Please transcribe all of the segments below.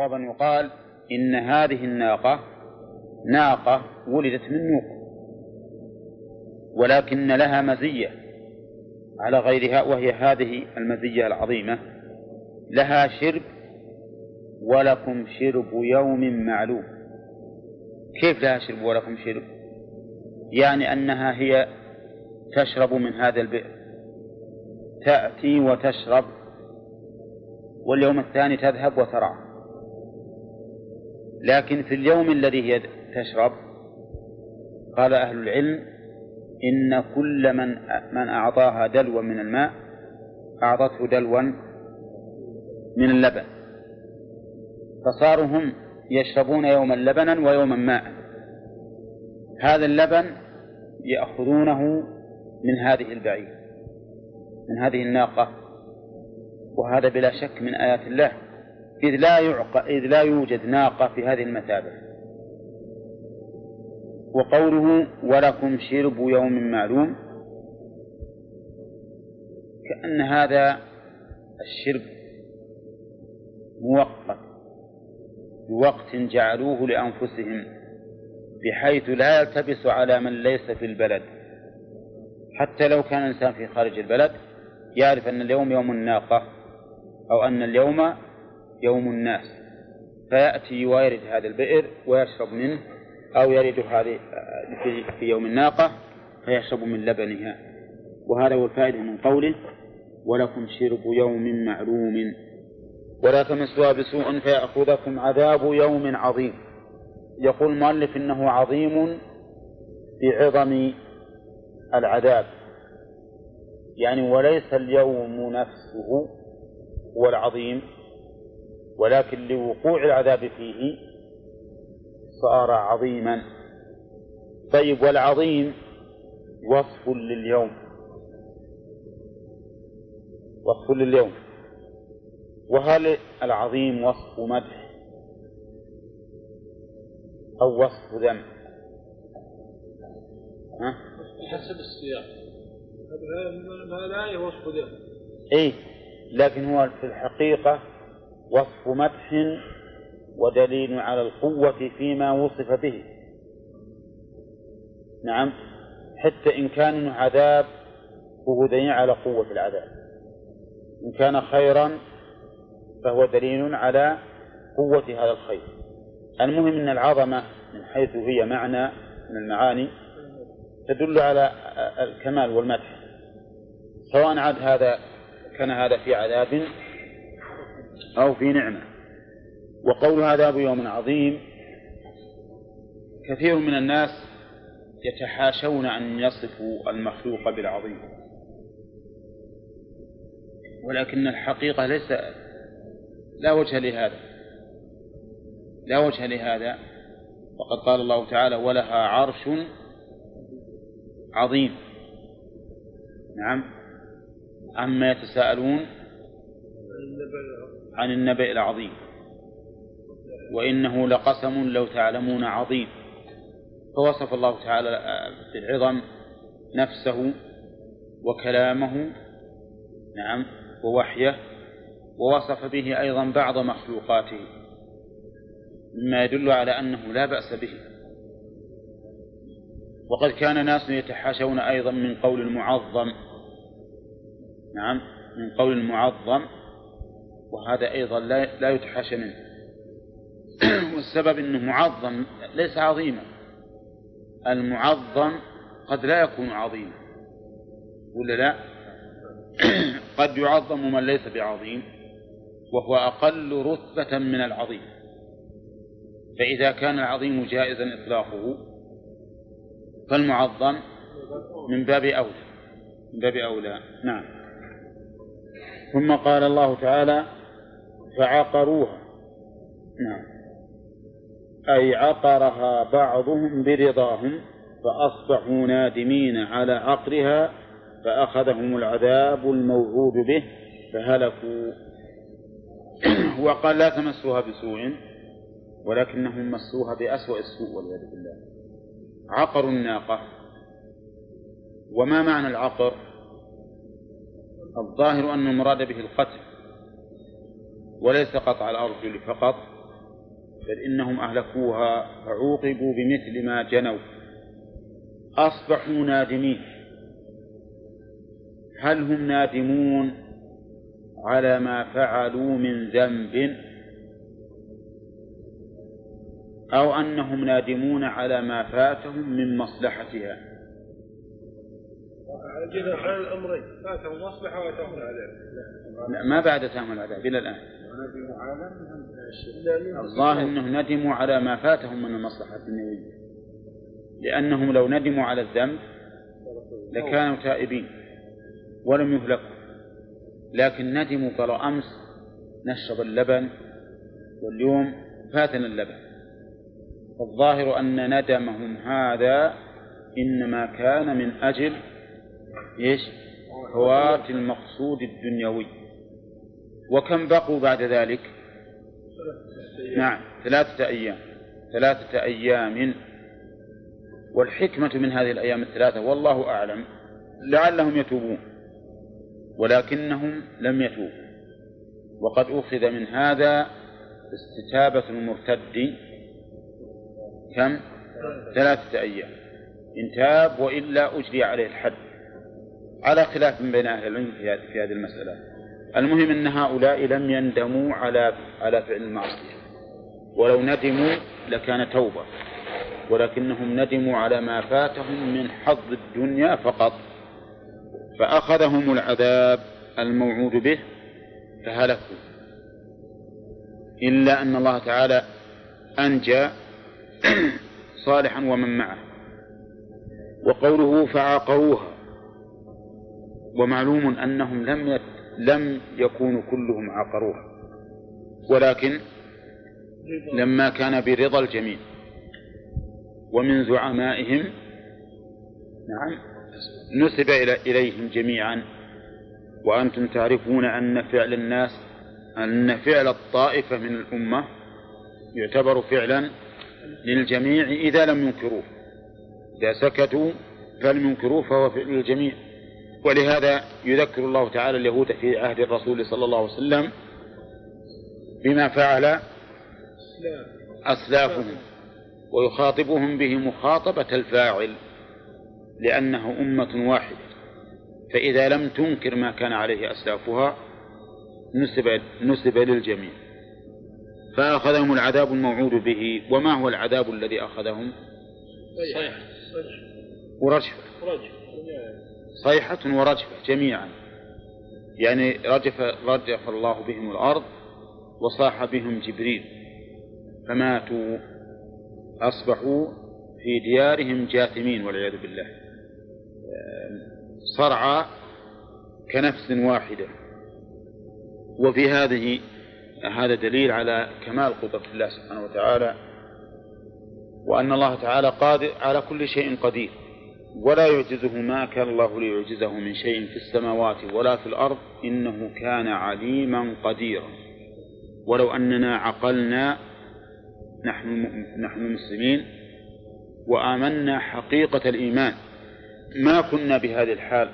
صوابا يقال إن هذه الناقة ناقة ولدت من نوق، ولكن لها مزية على غيرها، وهي هذه المزية العظيمة: لها شرب ولكم شرب يوم معلوم. كيف لها شرب ولكم شرب؟ يعني أنها هي تشرب من هذا البئر، تأتي وتشرب، واليوم الثاني تذهب وترعى. لكن في اليوم الذي هي تشرب قال أهل العلم إن كل من أعطاها دلوا من الماء أعطته دلوا من اللبن، فصاروا هم يشربون يوما لبنا ويوما ماء. هذا اللبن يأخذونه من هذه البعير، من هذه الناقة، وهذا بلا شك من آيات الله، إذ لا يوجد ناقة في هذه المثابة. وقوله ولكم شرب يوم معلوم، كأن هذا الشرب موقت بوقت جعلوه لأنفسهم، بحيث لا يلتبس على من ليس في البلد. حتى لو كان الإنسان في خارج البلد يعرف أن اليوم يوم الناقة أو أن اليوم يوم الناس، فيأتي ويرد هذا البئر ويشرب منه، أو يرد هذه في يوم الناقة فيشرب من لبنها. وهذا هو الفائدة من قوله ولكم شرب يوم معلوم ولا تمسوها بسوء فيأخذكم عذاب يوم عظيم. يقول المؤلف إنه عظيم بعظم العذاب، يعني وليس اليوم نفسه هو العظيم، ولكن لوقوع العذاب فيه صار عظيما. طيب، والعظيم وصف لليوم، وصف لليوم، وهل العظيم وصف مدح أو وصف ذم؟ حسب السياق، لا وصف ذم. إيه، لكن هو في الحقيقة وصف مدح ودليل على القوة فيما وصف به. نعم، حتى إن كان عذاب فهو دليل على قوة العذاب، إن كان خيرا فهو دليل على قوة هذا الخير. المهم أن العظمة من حيث هي معنى من المعاني تدل على الكمال والمدح، سواء عاد هذا كان هذا في عذاب أو في نعمة. وقول عذاب يوم عظيم، كثير من الناس يتحاشون أن يصفوا المخلوق بالعظيم، ولكن الحقيقة لا وجه لهذا. وقد قال الله تعالى ولها عرش عظيم. نعم، عما يتساءلون عن النبأ العظيم وإنه لقسم لو تعلمون عظيم. فوصف الله تعالى بالعظم نفسه وكلامه، نعم، ووحيه، ووصف به أيضا بعض مخلوقاته مما يدل على أنه لا بأس به. وقد كان ناس يتحاشون أيضا من قول المعظم، نعم، من قول المعظم، وهذا أيضا لا يتحاشى منه. والسبب أنه معظم ليس عظيما، المعظم قد لا يكون عظيما ولا لا؟ قد يعظم من ليس بعظيم وهو أقل رتبة من العظيم، فإذا كان العظيم جائزا إطلاقه فالمعظم من باب أولى. نعم. ثم قال الله تعالى فعقروها، نعم، أي عقرها بعضهم برضاهم فأصبحوا نادمين على عقرها فأخذهم العذاب الموعود به فهلكوا. وقال لا تمسوها بسوء ولكنهم مسوها بأسوأ السوء والعياذ بالله. عقروا الناقة. وما معنى العقر؟ الظاهر أن المراد به القتل وليس قطع الأرجل فقط، بل إنهم أهلكوها فعوقبوا بمثل ما جنوا أصبحوا نادمين. هل هم نادمون على ما فعلوا من ذنب أو أنهم نادمون على ما فاتهم من مصلحتها؟ على الأمرين، فاتهم مصلحة واتهم العذاب. لا، ما بعد تام العذاب إلى الآن. الظاهر أنهم ندموا على ما فاتهم من المصلحة الدنيوية، لأنهم لو ندموا على الذنب لكانوا تائبين ولم يهلكوا، لكن ندموا قالوا أمس نشرب اللبن واليوم فاتنا اللبن. الظاهر أن ندمهم هذا إنما كان من أجل فوات المقصود الدنيوي. وكم بقوا بعد ذلك؟ نعم 3 أيام. 3 أيام. والحكمة من هذه الأيام 3 والله أعلم لعلهم يتوبون، ولكنهم لم يتوبوا. وقد أخذ من هذا استتابة المرتد كم؟ 3 أيام، إن تاب وإلا أجري عليه الحد، على خلاف بين أهل العلم في هذه المسألة. المهم أن هؤلاء لم يندموا على فعل المعصية، ولو ندموا لكان توبة، ولكنهم ندموا على ما فاتهم من حظ الدنيا فقط، فأخذهم العذاب الموعود به فهلكوا. إلا أن الله تعالى أنجى صالحا ومن معه. وقوله فعقروها، ومعلوم أنهم لم يكونوا كلهم عقروها، ولكن لما كان برضا الجميع ومن زعمائهم نعم نسب إليهم جميعا. وأنتم تعرفون أن فعل الطائفة من الأمة يعتبر فعلا للجميع إذا لم ينكروه، إذا سكتوا فلم ينكروه فهو فعل للجميع. ولهذا يذكر الله تعالى اليهود في عهد الرسول صلى الله عليه وسلم بما فعل أسلافهم، ويخاطبهم به مخاطبة الفاعل، لأنه أمة واحدة، فإذا لم تنكر ما كان عليه أسلافها نسب للجميع. فأخذهم العذاب الموعود به. وما هو العذاب الذي أخذهم؟ ورجفة، صيحة ورجفة جميعا، يعني رجف الله بهم الأرض وصاح بهم جبريل فماتوا، أصبحوا في ديارهم جاثمين والعياذ بالله، صرعى كنفس واحدة. وفي هذا دليل على كمال قدرة الله سبحانه وتعالى، وأن الله تعالى قادر على كل شيء قدير، ولا يعجزه ما كان الله ليعجزه من شيء في السماوات ولا في الأرض، إنه كان عليما قديرا. ولو أننا عقلنا نحن المسلمين وآمنا حقيقة الإيمان ما كنا بهذه الحال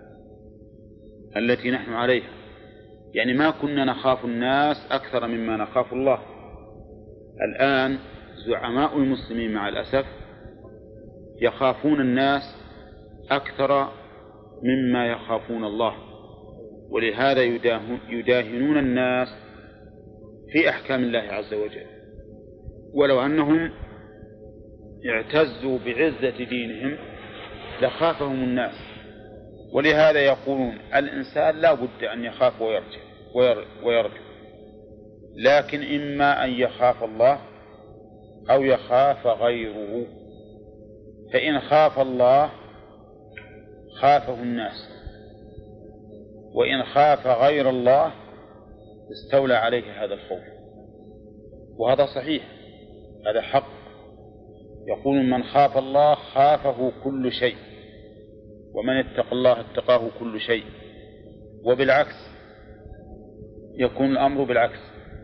التي نحن عليها، يعني ما كنا نخاف الناس أكثر مما نخاف الله. الآن زعماء المسلمين مع الأسف يخافون الناس أكثر مما يخافون الله، ولهذا يداهنون الناس في أحكام الله عز وجل. ولو أنهم اعتزوا بعزة دينهم لخافهم الناس. ولهذا يقولون الإنسان لا بد أن يخاف ويرجو، لكن إما أن يخاف الله أو يخاف غيره. فإن خاف الله خافه الناس، وإن خاف غير الله استولى عليه هذا الخوف. وهذا صحيح، هذا حق. يقول من خاف الله خافه كل شيء، ومن اتقى الله اتقاه كل شيء. وبالعكس يكون الأمر بالعكس.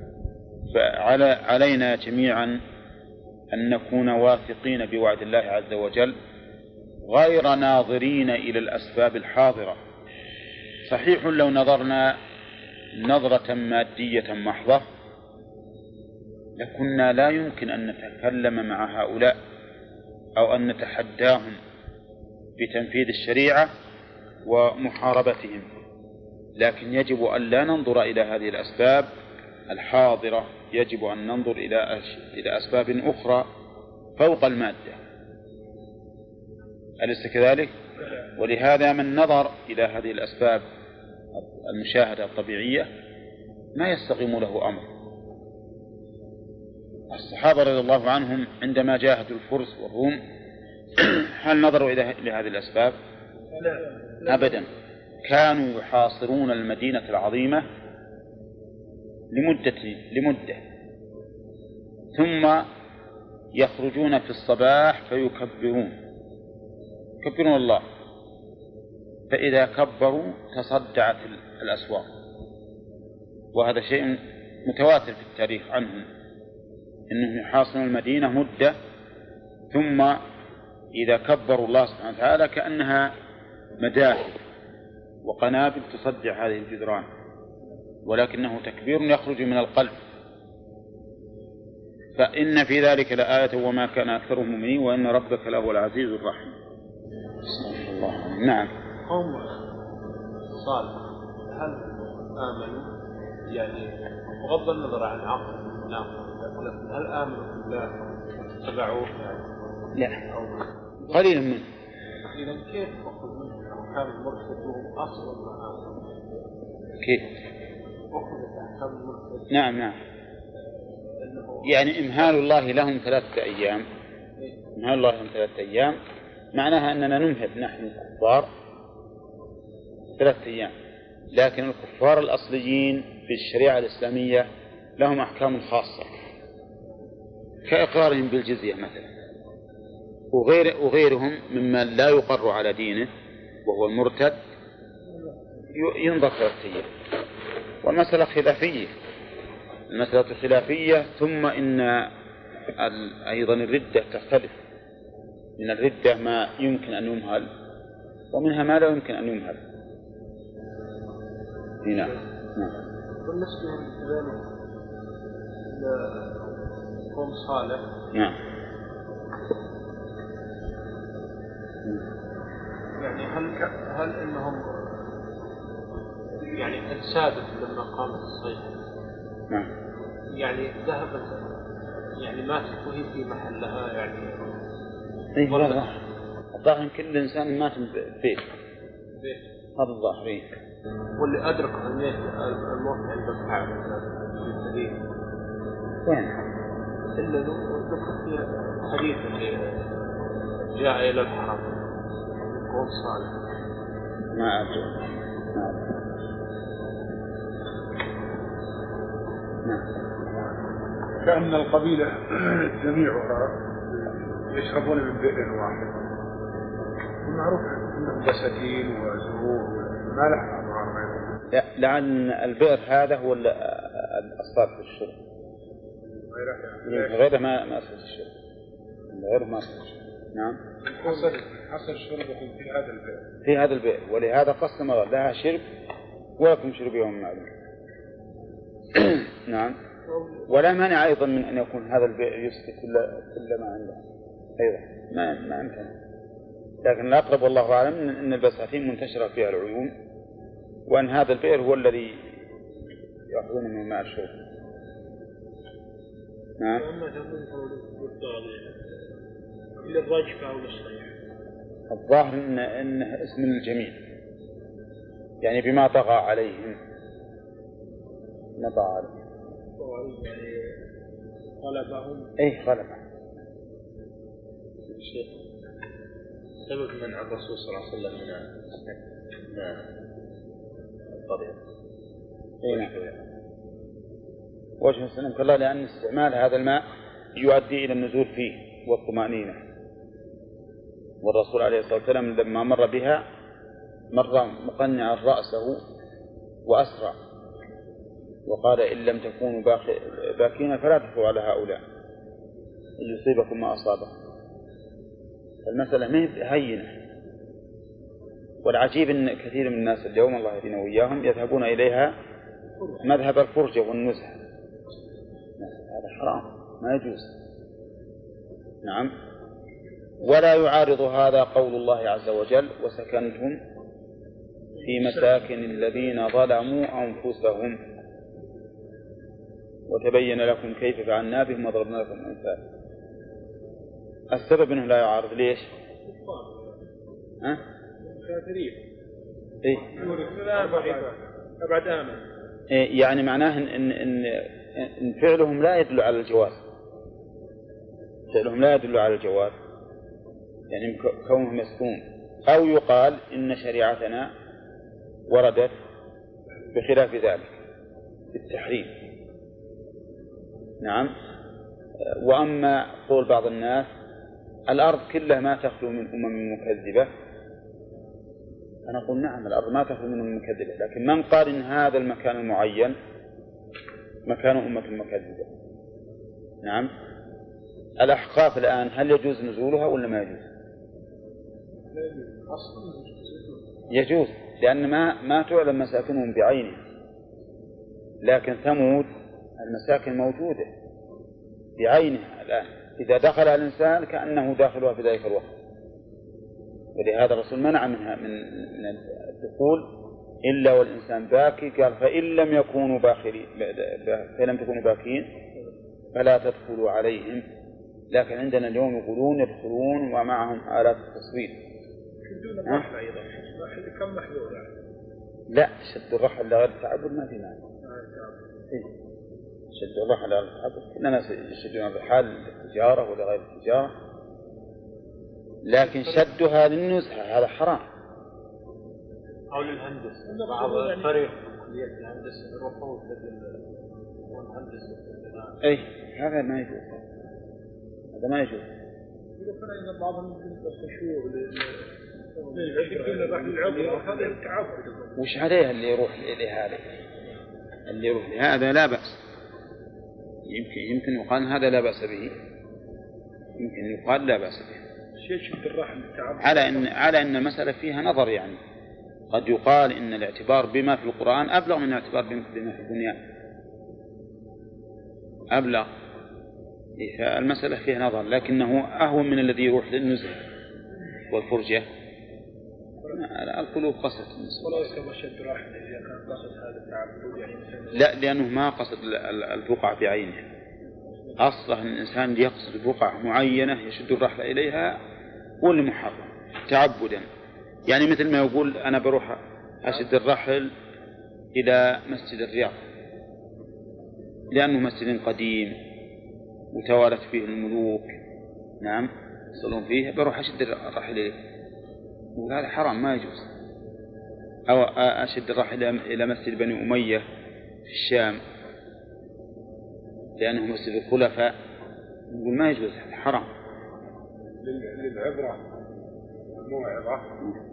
فعلينا جميعا أن نكون واثقين بوعد الله عز وجل غير ناظرين إلى الأسباب الحاضرة. صحيح لو نظرنا نظرة مادية محضة لكنا لا يمكن أن نتكلم مع هؤلاء أو أن نتحداهم بتنفيذ الشريعة ومحاربتهم، لكن يجب أن لا ننظر إلى هذه الأسباب الحاضرة، يجب أن ننظر إلى أسباب أخرى فوق المادة، أليس كذلك؟ ولهذا من نظر إلى هذه الأسباب المشاهدة الطبيعية ما يستقيم له أمر. الصحابة رضي الله عنهم عندما جاهدوا الفرس والروم هل نظروا إلى هذه الأسباب؟ أبدا، كانوا يحاصرون المدينة العظيمة لمدة ثم يخرجون في الصباح فيكبرون الله، فإذا كبروا تصدعت الأسواق، وهذا شيء متواتر في التاريخ عنهم أنهم يحاصرون المدينة مدة ثم إذا كبروا الله سبحانه وتعالى كأنها مداخل وقنابل تصدع هذه الجدران، ولكنه تكبير يخرج من القلب. فإن في ذلك لآية وما كان أكثرهم مؤمنين وإن ربك لهو العزيز الرحيم. صلى الله عليه وسلم. نعم. قوم صالح هل آمنوا يعني بغض النظر عن عقل لكن هل آمنوا بالله واتبعوه يعني؟ لا، قليل منه. إذا كيف أخذ منهم أحكام المرشد وهم أصلا ما آمنوا؟ كيف؟ أخذت أحكام المرشد. نعم. يعني إمهال الله لهم 3 أيام، إمهال الله لهم 3 أيام معناها أننا نمهل نحن الكفار 3 أيام، لكن الكفار الأصليين في الشريعة الإسلامية لهم أحكام خاصة كإقرارهم بالجزية مثلا، وغيرهم ممن لا يقر على دينه وهو المرتد ينظر 3 أيام. والمسألة خلافية، المسألة خلافية. ثم إن أيضا الردة تختلف، من الردة ما يمكن أن يمهل ومنها ما لا يمكن أن يمهل. نعم. بالنسبة لذلك قوم صالح نعم يعني هل إنهم يعني أجسادهم لما قامت الصيحة نعم يعني ذهبت يعني ماتت وهي في محلها يعني الظاهر كل إنسان مات ببيت هذا الظاهر. واللي أدرك الموت عند الكعبة في وين؟ إلا ذكر في حديث اللي جاء إلى الحرم قوم صالح. ما أدري. كأن القبيلة جميعها يشربون من بئر واحد، معروف أنهم بساتين وزهور ما لها أضرار غيرها. لعن البئر هذا هو الصالح للشرب، غيره ما أصل الشرب، غيره ما أصل الشرب. نعم. حصل شربكم في هذا البئر، في هذا البئر، ولهذا قسم الله لها شرب ولكم شرب يوم معلوم. نعم. ولا مانع أيضا من أن يكون هذا البئر يسقي كل ما عنده أيضا، ما يمكن. لكن الأقرب والله أعلم أن البساتين منتشرة فيها العيون، وأن هذا البئر هو الذي يأخذون من ماء الشرب. نعم. الظاهر إنه اسم الجميع، يعني بما طغى عليهم، ما طغى عليهم يعني غلبهم. غلبهم. الشيخ سبب منع الرسول صلى الله عليه وسلم من الطريق وجه سلمك الله، لأن استعمال هذا الماء يؤدي إلى النزول فيه والطمأنينة، والرسول عليه الصلاة والسلام لما مر بها مر مقنعا رأسه وأسرع، وقال إن لم تكونوا باكين فلا تدخلوا على هؤلاء إن يصيبكم ما أصابهم. المسألة ما هي هينة. والعجيب أن كثير من الناس اليوم الله يهدينا وإياهم يذهبون إليها مذهب الفرجة والنزهة. هذا حرام ما يجوز. نعم. ولا يعارض هذا قول الله عز وجل وسكنتم في مساكن الذين ظلموا أنفسهم وتبين لكم كيف فعلنا بهم وضربنا لكم الأمثال. السبب أنه لا يعارض ليش؟ كافرين. إيه؟ أبعد آمن. يعني معناه إن فعلهم لا يدل على الجواز. فعلهم لا يدل على الجواز، يعني كونهم يسكنون. أو يقال إن شريعتنا وردت بخلاف ذلك بالتحريم. نعم. وأما قول بعض الناس الأرض كلها ما تخلو من أمم مكذبة، أنا أقول نعم الأرض ما تخلو من أمم مكذبة، لكن من قال إن هذا المكان المعين مكان أمة مكذبة؟ نعم. الأحقاف الآن هل يجوز نزولها ولا ما يجوز؟ يجوز، لأن ما تعلم مساكنهم بعينها، لكن ثمود المساكن موجودة بعينها الآن، إذا دخل الإنسان كأنه داخلها في ذلك الوقت. ولهذا الرسول منع منها من الدخول إلا والإنسان باكي، قال فإن لم تكونوا باكين فلا تدخلوا عليهم. لكن عندنا اليوم يقولون يدخلون ومعهم آلات التصوير. كم محذور؟ لا، شد الرحل لغير التعبد ما في معنى. شد الرحل لغير التعبد كل الناس يشدون الرحال للتجارة ولا غير التجارة، لكن شدها للنزهة هذا حرام. أو للهندسة، بعض الفريق كلية الهندسة يروحون للهندسة. أي هذا ما يجوز، هذا ما يجوز. يقولون إن بعضهم يمكن للعبرة هذا التعبد. وش عليه اللي يروح لهذا؟ اللي يروح لهذا لا بأس، يمكن يقال هذا لا بأس به، يمكن يقال لا بأس به. شد الرحل التعبد على أن المسألة فيها نظر، يعني قد يقال إن الاعتبار بما في القرآن أبلغ من الاعتبار بما في الدنيا، أبلغ. فالمسألة فيها نظر، لكنه أهون من الذي يروح للنزهة والفرجة. القلوب قصد. ولا يسمى شد الرحل إذا كان قصد هذا التعبد يعني. لا، لأنه ما قصد البقعة بعينها، أصلا الإنسان يقصد بقعة معينة يشد الرحلة إليها واللي محرم تعبدا. يعني مثل ما يقول أنا بروح أشد الرحل إلى مسجد الرياض لأنه مسجد قديم وتوالت فيه الملوك، نعم يصلون فيه، بروح أشد الرحل إليه، وهذا حرام ما يجوز. أو أشد الرحل إلى مسجد بني أمية في الشام لأنه مسجد الخلفاء، نقول ما يجوز، هذا حرام. للعبرة الموعظة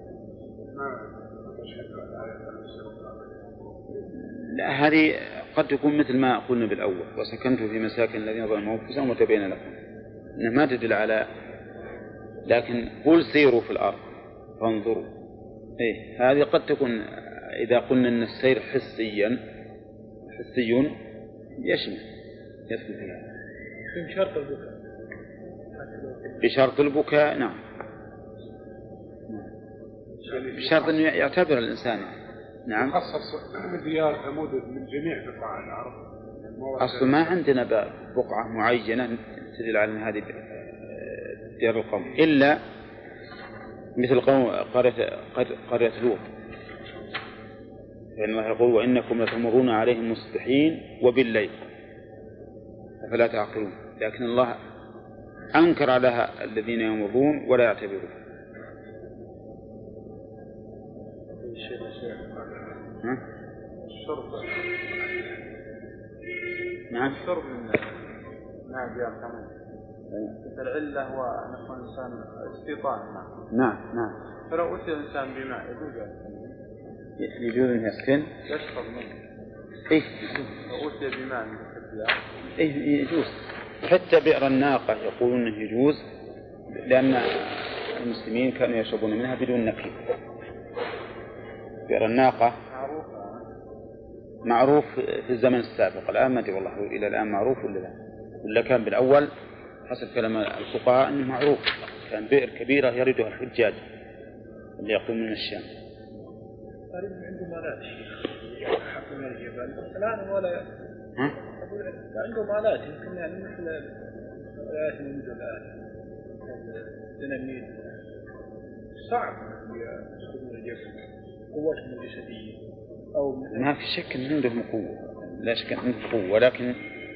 لا، هذه قد تكون مثل ما قلنا بالأول وسكنتم في مساكن الذين ظلموا أنفسهم وتبين لكم، إنها ما تدل على، لكن قل سيروا في الأرض فانظروا. إيه هذه قد تكون إذا قلنا أن السير حسي يشمل يدخل فيها بشرط البكاء. بشرط البكاء، نعم، بشرط أن يعتبر الإنسان. نعم. خصص من ديار ثمود من جميع بقاع الأرض. أصلا ما عندنا بقعة معينة تدل على أن هذه ديار القوم، إلا مثل قرية لوط، لأن الله يقول وإنكم لتمرون عليهم مصبحين وبالليل أفلا تعقلون، لكن الله أنكر على الذين يمرون ولا يعتبرون. الشرب نعم. الشرب من ماء ديار ثمود العلة هو أن يكون الإنسان استيطان. نعم. فلو أتي الإنسان بماء يجوز أن يسكن يشرب منه. إيه لو أتي بماء من الديار إيه يجوز. حتى بئر الناقة يقولون أنه يجوز، لأن المسلمين كانوا يشربون منها بدون نكير. بئر الناقة معروف في الزمن السابق، الآن ما أدري والله إلى الآن معروف ولا لا. ولا كان بالأول حسب كلام الفقهاء أنه معروف، كان بئر كبيرة يردها الحجاج اللي يقوم من الشام. قريب عنده مالات حق من الجبل الآن ولا عنده مالات يمكن يعني مثل الآيات الموجودة الآن الدنانير صعب يسكنون الجبل قوتهم الجسدية أو ما في شك أن عندهم قوة، لا شك أن عندهم قوة، ولكن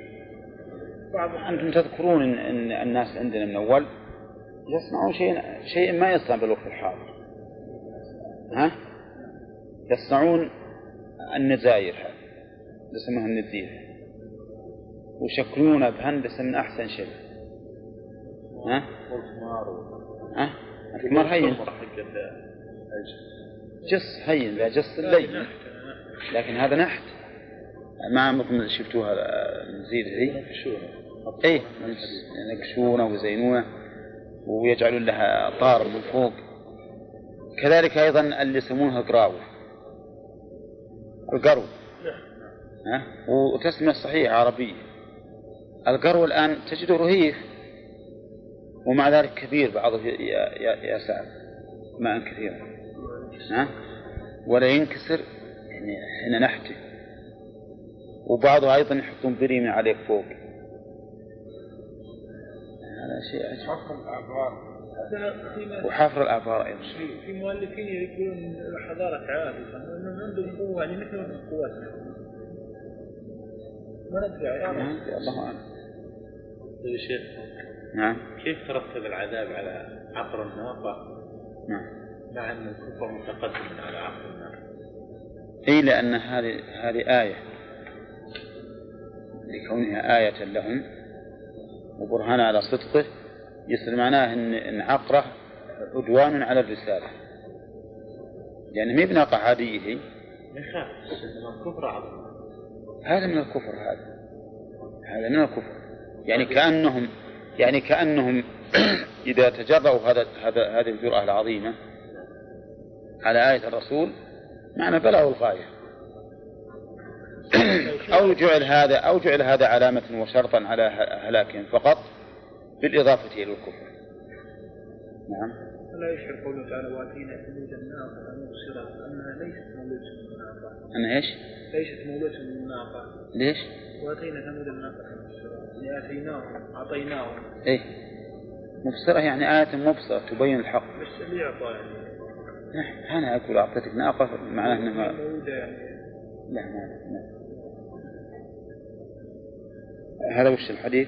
أنتم تذكرون أن الناس عندنا من أول يصنعون شيء ما يصنع بالوقت الحاضر. يصنعون النزاير يسمونها النزير، ويشكلونها بهندسة من أحسن شيء. الحمار هين، جص هين لا جص الليل، لكن هذا نحت. ما عمركم شفتوها النزير ذي؟ ايه ينقشونه ويزينونه ويجعلون لها طار من فوق. كذلك أيضا اللي يسمونها قراوة، القرو، وتسمية صحيحة عربية. القرو الآن تجده رهيف ومع ذلك كبير، بعضه يسعى ماء كثيرا ولا ينكسر، يعني هنا نحته. وبعضه أيضا يحطون بريمة عليه فوق. هذا شيء عجيب. حفر الأعبار وحفر الأعبار أيضا. في مؤلفين يقولون حضارة عاد وأنهم عندهم قوة يعني مثل قوتنا، ما ندري يعني الله أعلم. يا شيخ نعم. كيف ترتب العذاب على عقر الناقة؟ نعم. مع أن الكفر متقدم على عقر الناقة. إيه، لأن هذه آية، لكونها آية لهم وبرهان على صدقه، يصير معناه إن عقره عدوان على الرسالة، يعني ما بناقة عادية هي. يخاف من الكفر عظيم. هذا من الكفر، هذا من الكفر. يعني كأنهم إذا تجرؤوا هذه الجرأة العظيمة على آية الرسول معنى بلغوا الغاية. أو جعل هذا علامة وشرطا على هلاكهم فقط بالإضافة إلى الكفر. نعم. لا يشعر قوله تعالى واتينا ثمود الناقة مبصرة أنها ليست مولودة من الناقة. أنها إيش؟ ليست مولودة من الناقة. ليش؟ واتينا ثمود الناقة مبصرة يعني آتيناهم أعطيناهم. إيه مبصرة يعني آية مبصرة تبين الحق. بس اللي أعطى يعني. أنا أقول أعطيتك ناقة معناه أنها مولودة يعني. لا ما. هذا وش الحديث؟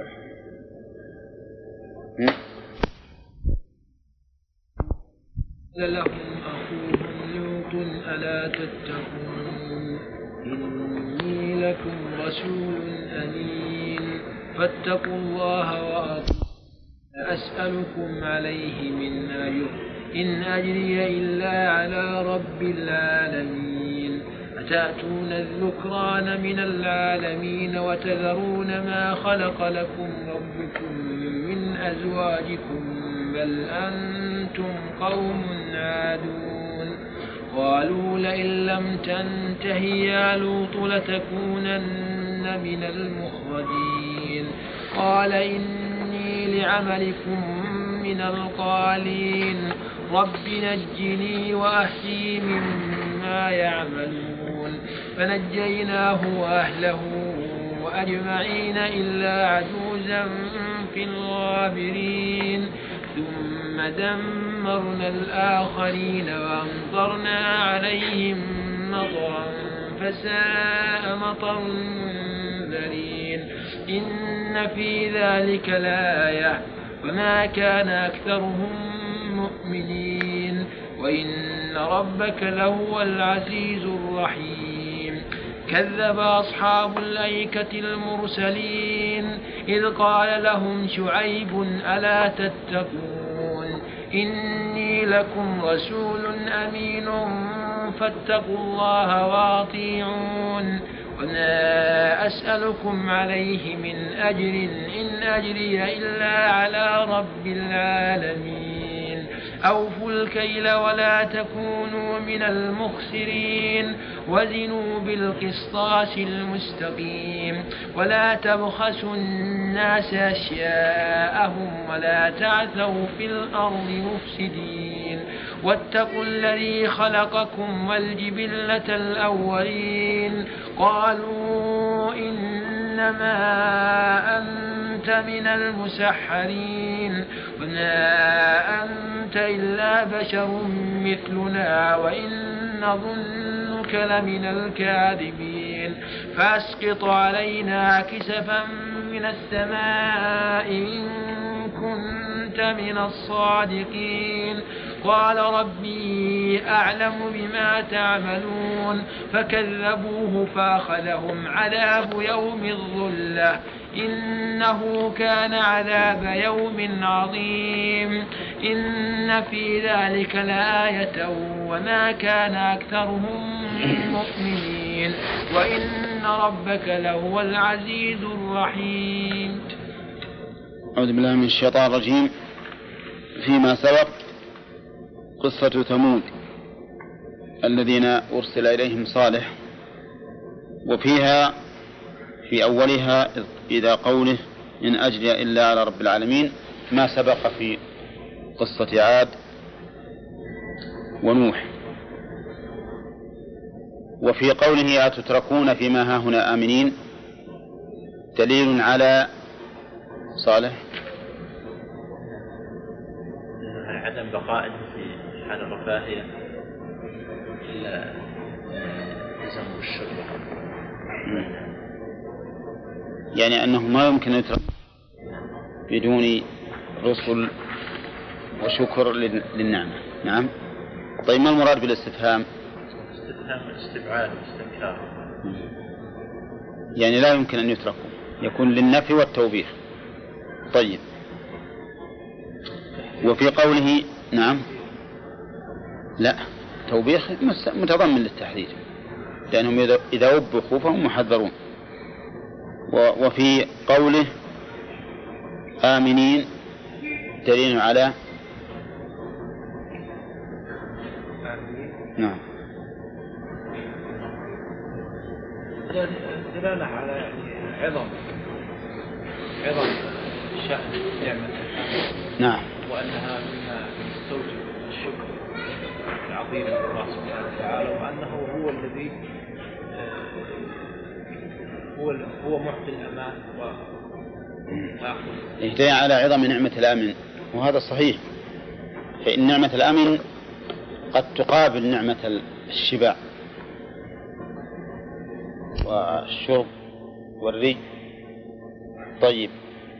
قال لهم أخوهم لوط ألا تتقون إني لكم رسول أمين فاتقوا الله وأطيعون أسألكم عليه من أجر إن أجري إلا على رب العالمين أتأتون الذكران من العالمين وتذرون ما خلق لكم ربكم من أزواجكم بل أنتم قوم عادون قالوا لئن لم تنته يا لوط لتكونن من المخرجين قال إني لعملكم من القالين رب نجني وأهلي مما يعملون فنجيناه وأهله أجمعين إلا عجوزا في الغابرين ثم دمرنا الآخرين وأمطرنا عليهم مطرا فساء مطر المنذرين إن في ذلك لآية وما كان أكثرهم مؤمنين وإن ربك لهو العزيز الرحيم كذب أصحاب الأيكة المرسلين إذ قال لهم شعيب ألا تتقون إني لكم رسول أمين فاتقوا الله وأطيعون وما أسألكم عليه من أجر إن أجري إلا على رب العالمين أوفوا الكيل ولا تكونوا من المخسرين وزنوا بالقسطاس المستقيم ولا تبخسوا الناس أشياءهم ولا تعثوا في الأرض مفسدين واتقوا الذي خلقكم والجبلة الأولين قالوا إنما أنت من المسحرين وما أنت إلا بشر مثلنا وإن نظنك لمن الكاذبين فأسقط علينا كسفا من السماء إن كنت من الصادقين قال ربي أعلم بما تعملون فكذبوه فأخذهم عذاب يوم الظلة إنه كان عذاب يوم عظيم إن في ذلك لآية وما كان أكثرهم مؤمنين وإن ربك لهو العزيز الرحيم. أعوذ بالله من الشيطان الرجيم. فيما سبق قصة ثمود الذين أرسل إليهم صالح، وفيها في أولها إذا قوله إن أجري إلا على رب العالمين ما سبق في قصة عاد ونوح. وفي قوله أتتركون فيما هاهنا آمنين دليل على صالح عدم بقائه في حال الرفاهية إلا يلزم الشكر، يعني أنه ما يمكن أن يترك بدون رسل وشكر للنعمة. نعم. طيب ما المراد بالاستفهام؟ استفهام الاستبعاد والاستنكار، يعني لا يمكن أن يتركوا، يكون للنفي والتوبيخ. طيب. وفي قوله نعم لا توبيخ متضمن للتحذير لأنهم إذا وبخوا فهم محذرون. وفي قوله آمنين دليل على نعم دلالة على يعني عظم شأن نعمة نعم، وأنها مما تستوجب الشكر العظيم لله سبحانه وتعالى، وأنه هو الذي هو معطي الأمان وآخر. يدل على عظم نعمة الأمن، وهذا صحيح، فإن نعمة الأمن قد تقابل نعمة الشبع والشرب والري. طيب،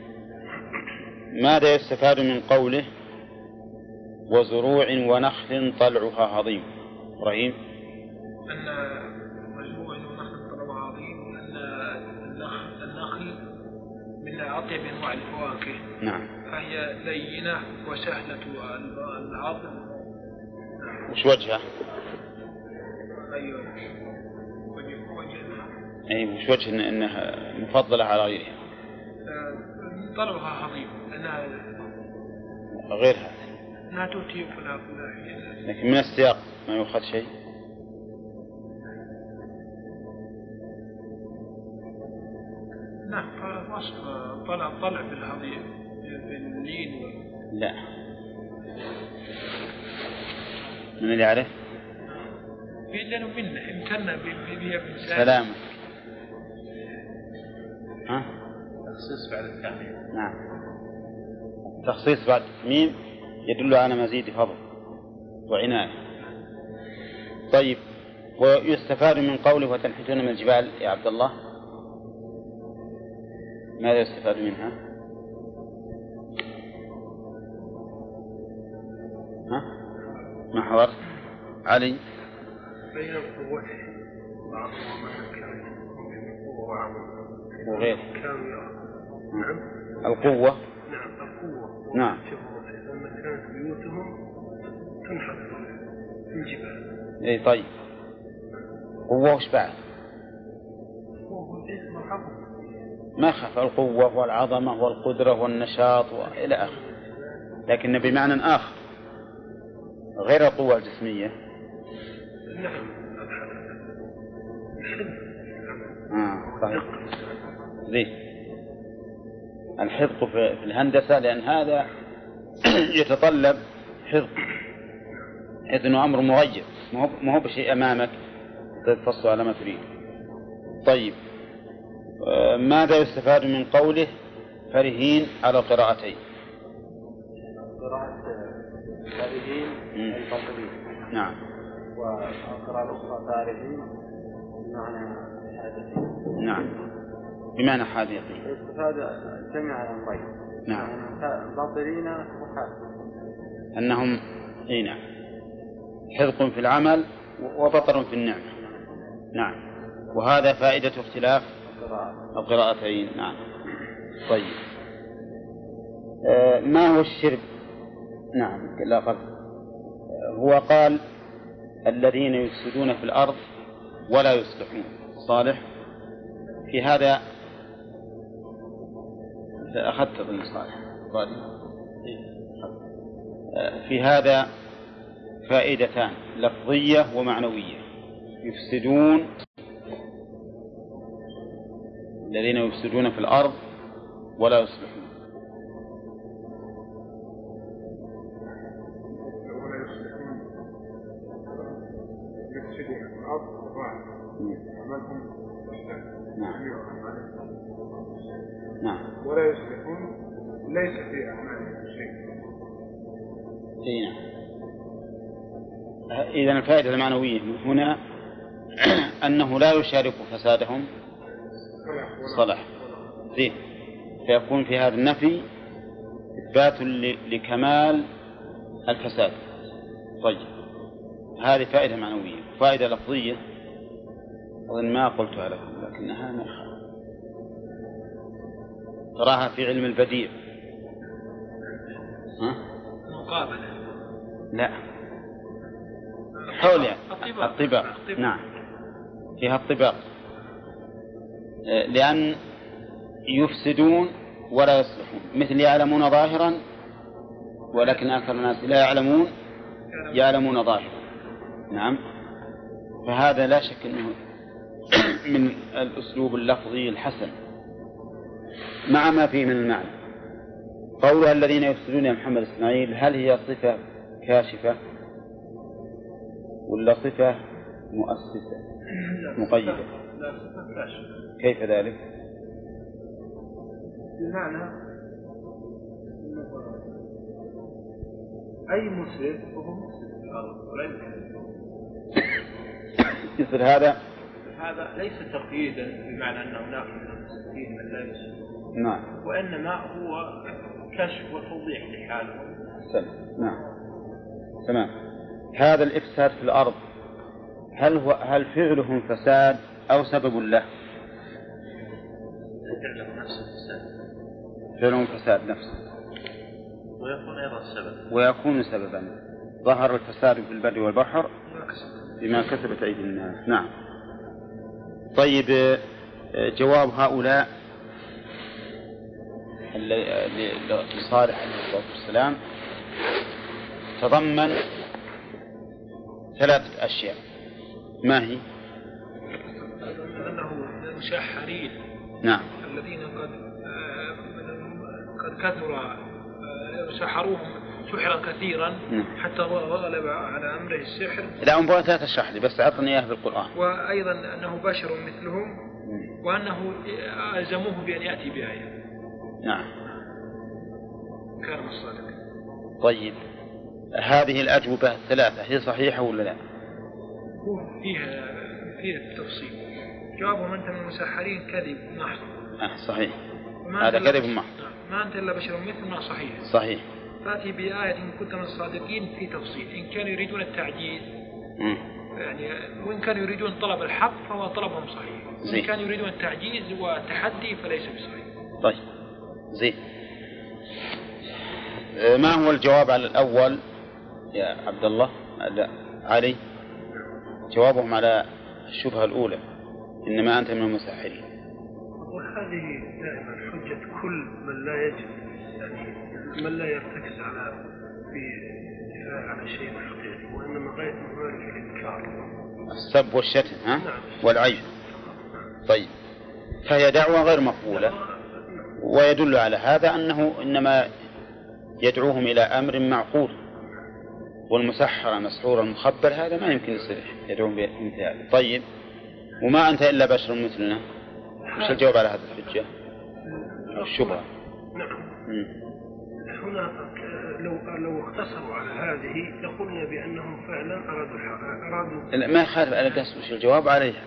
ماذا يستفاد من قوله وزروع ونخل طلعها عظيم؟ إبراهيم. أن مزروع ونخل طلعها عظيم، وأن النخل من أطيب أنواع الفواكه. نعم. فهي لينة وسهلة الهضم. وش وجهها؟ أيوة. وجهها. أي وش وجه أنها مفضلة على غيرها؟ طلعها عظيم لأنها غيرها أنها تؤتي فلا لكن من السياق ما يؤخذ شيء. نعم، وصف طلع بالهضيم باللين لا، من اللي يعرف؟ لأنه منه يمكننا بها بإنسان. سلامة. ها؟ تخصيص بعد التعميم. نعم، تخصيص بعد التعميم يدل على مزيد فضل وعناية. طيب، ويستفاد من قوله وتنحتون من الجبال يا عبد الله، ماذا يستفاد منها؟ ها؟ ما حضرت علي؟ بين القوة وغير نعم القوة. نعم القوة. نعم. لما كانت بيوتهم تنحت في الجبال. اي طيب، قوة وش بعد؟ ما خف القوة والعظمة والقدرة والنشاط وإلى آخره، لكن بمعنى آخر غير القوة الجسمية. نعم. صحيح. زين. الحذق في الهندسة لأن هذا يتطلب حذق، حيث أنه أمر مغير، ما هو بشيء أمامك تفصل على ما تريد. طيب، ماذا يستفاد من قوله فرهين على القراءتين؟ قراءة فرهين الباطلين. نعم. والقراءة الأخرى فارهين بمعنى حادثين. نعم، بمعنى حادثين. يستفاد جميع الأمرين. نعم. باطلين وحادثين. أنهم نعم، حذق في العمل وبطر في النعمة. نعم، وهذا فائدة اختلاف القراءتين. نعم. طيب، ما هو الشرب؟ نعم، لا قبل. هو قال الذين يفسدون في الأرض ولا يصلحون. صالح في هذا أخذت ضمن صالح في هذا فائدتان لفظية ومعنوية. يفسدون، الذين يفسدون في الأرض ولا يصلحون. نعم. ولا يصلحون ليس في أعمالهم شيء. نعم. إذن الفائدة المعنوية هنا أنه لا يشارك فسادهم صلاح. زين، فيكون في هذا النفي إثبات لكمال الفساد. طيب، هذه فائدة معنوية. فائدة لفظية أظن ما قلتها لكم لكنها ما تراها في علم البديع. مقابلة. لا، حول يعني الطباق. نعم، فيها الطباق، لأن يفسدون ولا يصلحون، مثل يعلمون ظاهرا ولكن أكثر الناس لا يعلمون ظاهرا. نعم، فهذا لا شك أنه من الأسلوب اللفظي الحسن مع ما فيه من المعنى. قولها الذين يفسدون يا محمد إسماعيل، هل هي صفة كاشفة ولا صفة مؤسسة مقيدة؟ لا، صفة كاشفة. كيف ذلك؟ بمعنى أي مسلم وهو مسلم في الأرض ولا يمكن مثل هذا ليس تقييدا بمعنى أن هناك من المسلمين من لا يسلم. نعم. وإنما هو كشف وتوضيح لحاله. نعم، تمام. هذا الإفساد في الأرض هل فعلهم فساد أو سبب له؟ فعلهم نفسه فساد. فعلهم فساد نفسه، ويكون أيضا سبب، ويكون سببا. ظهر الفساد في البر والبحر بما كسبت أيدي الناس. نعم. طيب، جواب هؤلاء لصالح عليه الصلاة والسلام تضمن 3 أشياء. ما هي؟ أنه من المشحرين. نعم. الذين قد كثر سحروهم سحرا كثيرا حتى غلب على أمره السحر. لا، أمبارح لا تشرح لي، بس أعطني إياه بالقرآن. وأيضا أنه بشر مثلهم، وأنه ألزموه بأن يأتي بآية. نعم، كان الصادق. طيب، هذه الأجوبة 3 هي صحيحة ولا لا؟ هو فيها التفصيل. جوابهم أنت من المسحرين كذب محض. صحيح، هذا كذب محض. ما أنت إلا بشر مثلنا. صحيح. فأتي بآية إن كنت من الصادقين في تفصيل. إن كانوا يريدون التعجيز يعني، وإن كانوا يريدون طلب الحق فهو طلبهم صحيح. وإن كانوا يريدون التعجيز والتحدي فليس بصحيح. طيب، زين. ما هو الجواب على الأول يا عبد الله؟ علي، جوابهم على الشبهة الأولى إنما أنت من المسحرين. وهذه دائما حجة كل من لا يجب، يعني من لا يرتكز على في دفاع عن الشيء الحقيقي، وإنما غاية ذلك الإنكار، السب والشتم نعم. والعيب. طيب، فهي دعوة غير مقبولة، ويدل على هذا أنه إنما يدعوهم إلى أمر معقول، والمسحر مسحور المخبر هذا ما يمكن يصير يدعوهم بمثل هذا. طيب، وما أنت إلا بشر مثلنا، وش الجواب على هذا الحجة أو الشبهة؟ نعم. هنا لو اختصروا على هذه لقلنا بأنهم فعلا أرادوا ما يخالف على قصد. وش الجواب عليها؟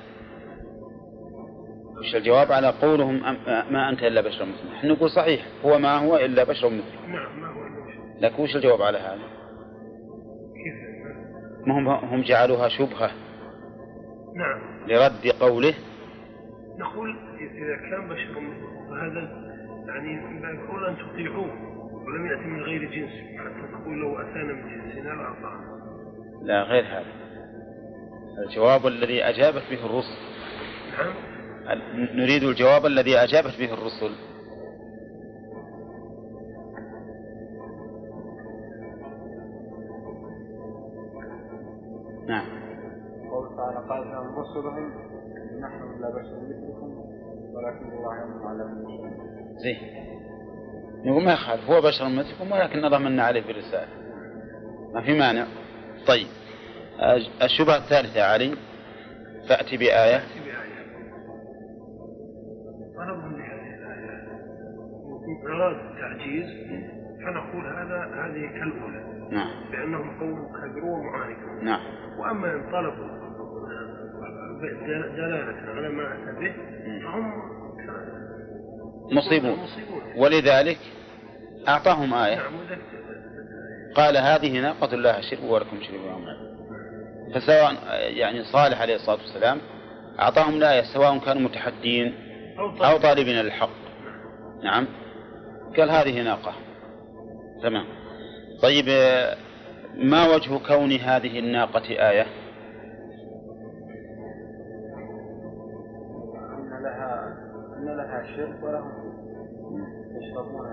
وش الجواب على قولهم ما أنت إلا بشر مثلنا؟ نحن نقول صحيح هو ما هو إلا بشر مثلنا. نعم، ما هو البشر. لكن وش الجواب على هذا؟ كيف؟ ما هم جعلوها شبهة. نعم. لرد قوله. نقول إذا كان بشر مثلكم فهذا يعني لا يقول أن تطيعوه ولم يأتي من غير جنس، حتى تقول لو أتانا من جنسنا لأطعنا. لا، غير هذا. الجواب الذي أجابت به الرسل. نعم. نريد الجواب الذي أجابت به الرسل. نعم. قول تعالى قال لهم رسلهم نحن لا بشر مثلكم ولكن الله يمن على من يشاء. زين، نقول ما يخالف هو بشر مثلكم ولكن ضمننا عليه بالرسالة، ما في مانع. طيب، الشبهة الثالثة يا علي، فأتي بآية. طلبهم لهذه الآية أراد التعجيز، فنقول هذه كالأولى. نعم. بأنهم قوم كبروا ومعاندون. نعم. وأما إن طلبوا دلالة على ما أتى به فهم مصيبون. ولذلك أعطاهم آية. نعم. قال هذه ناقة الله شرب ولكم شرب يوم العيد. فسواء يعني صالح عليه الصلاة والسلام أعطاهم الآية سواء كانوا متحدين أو طالبين للحق. نعم. قال هذه ناقة. تمام. طيب، ما وجه كون هذه الناقة آية؟ أن لها شرب ولهم يشربون،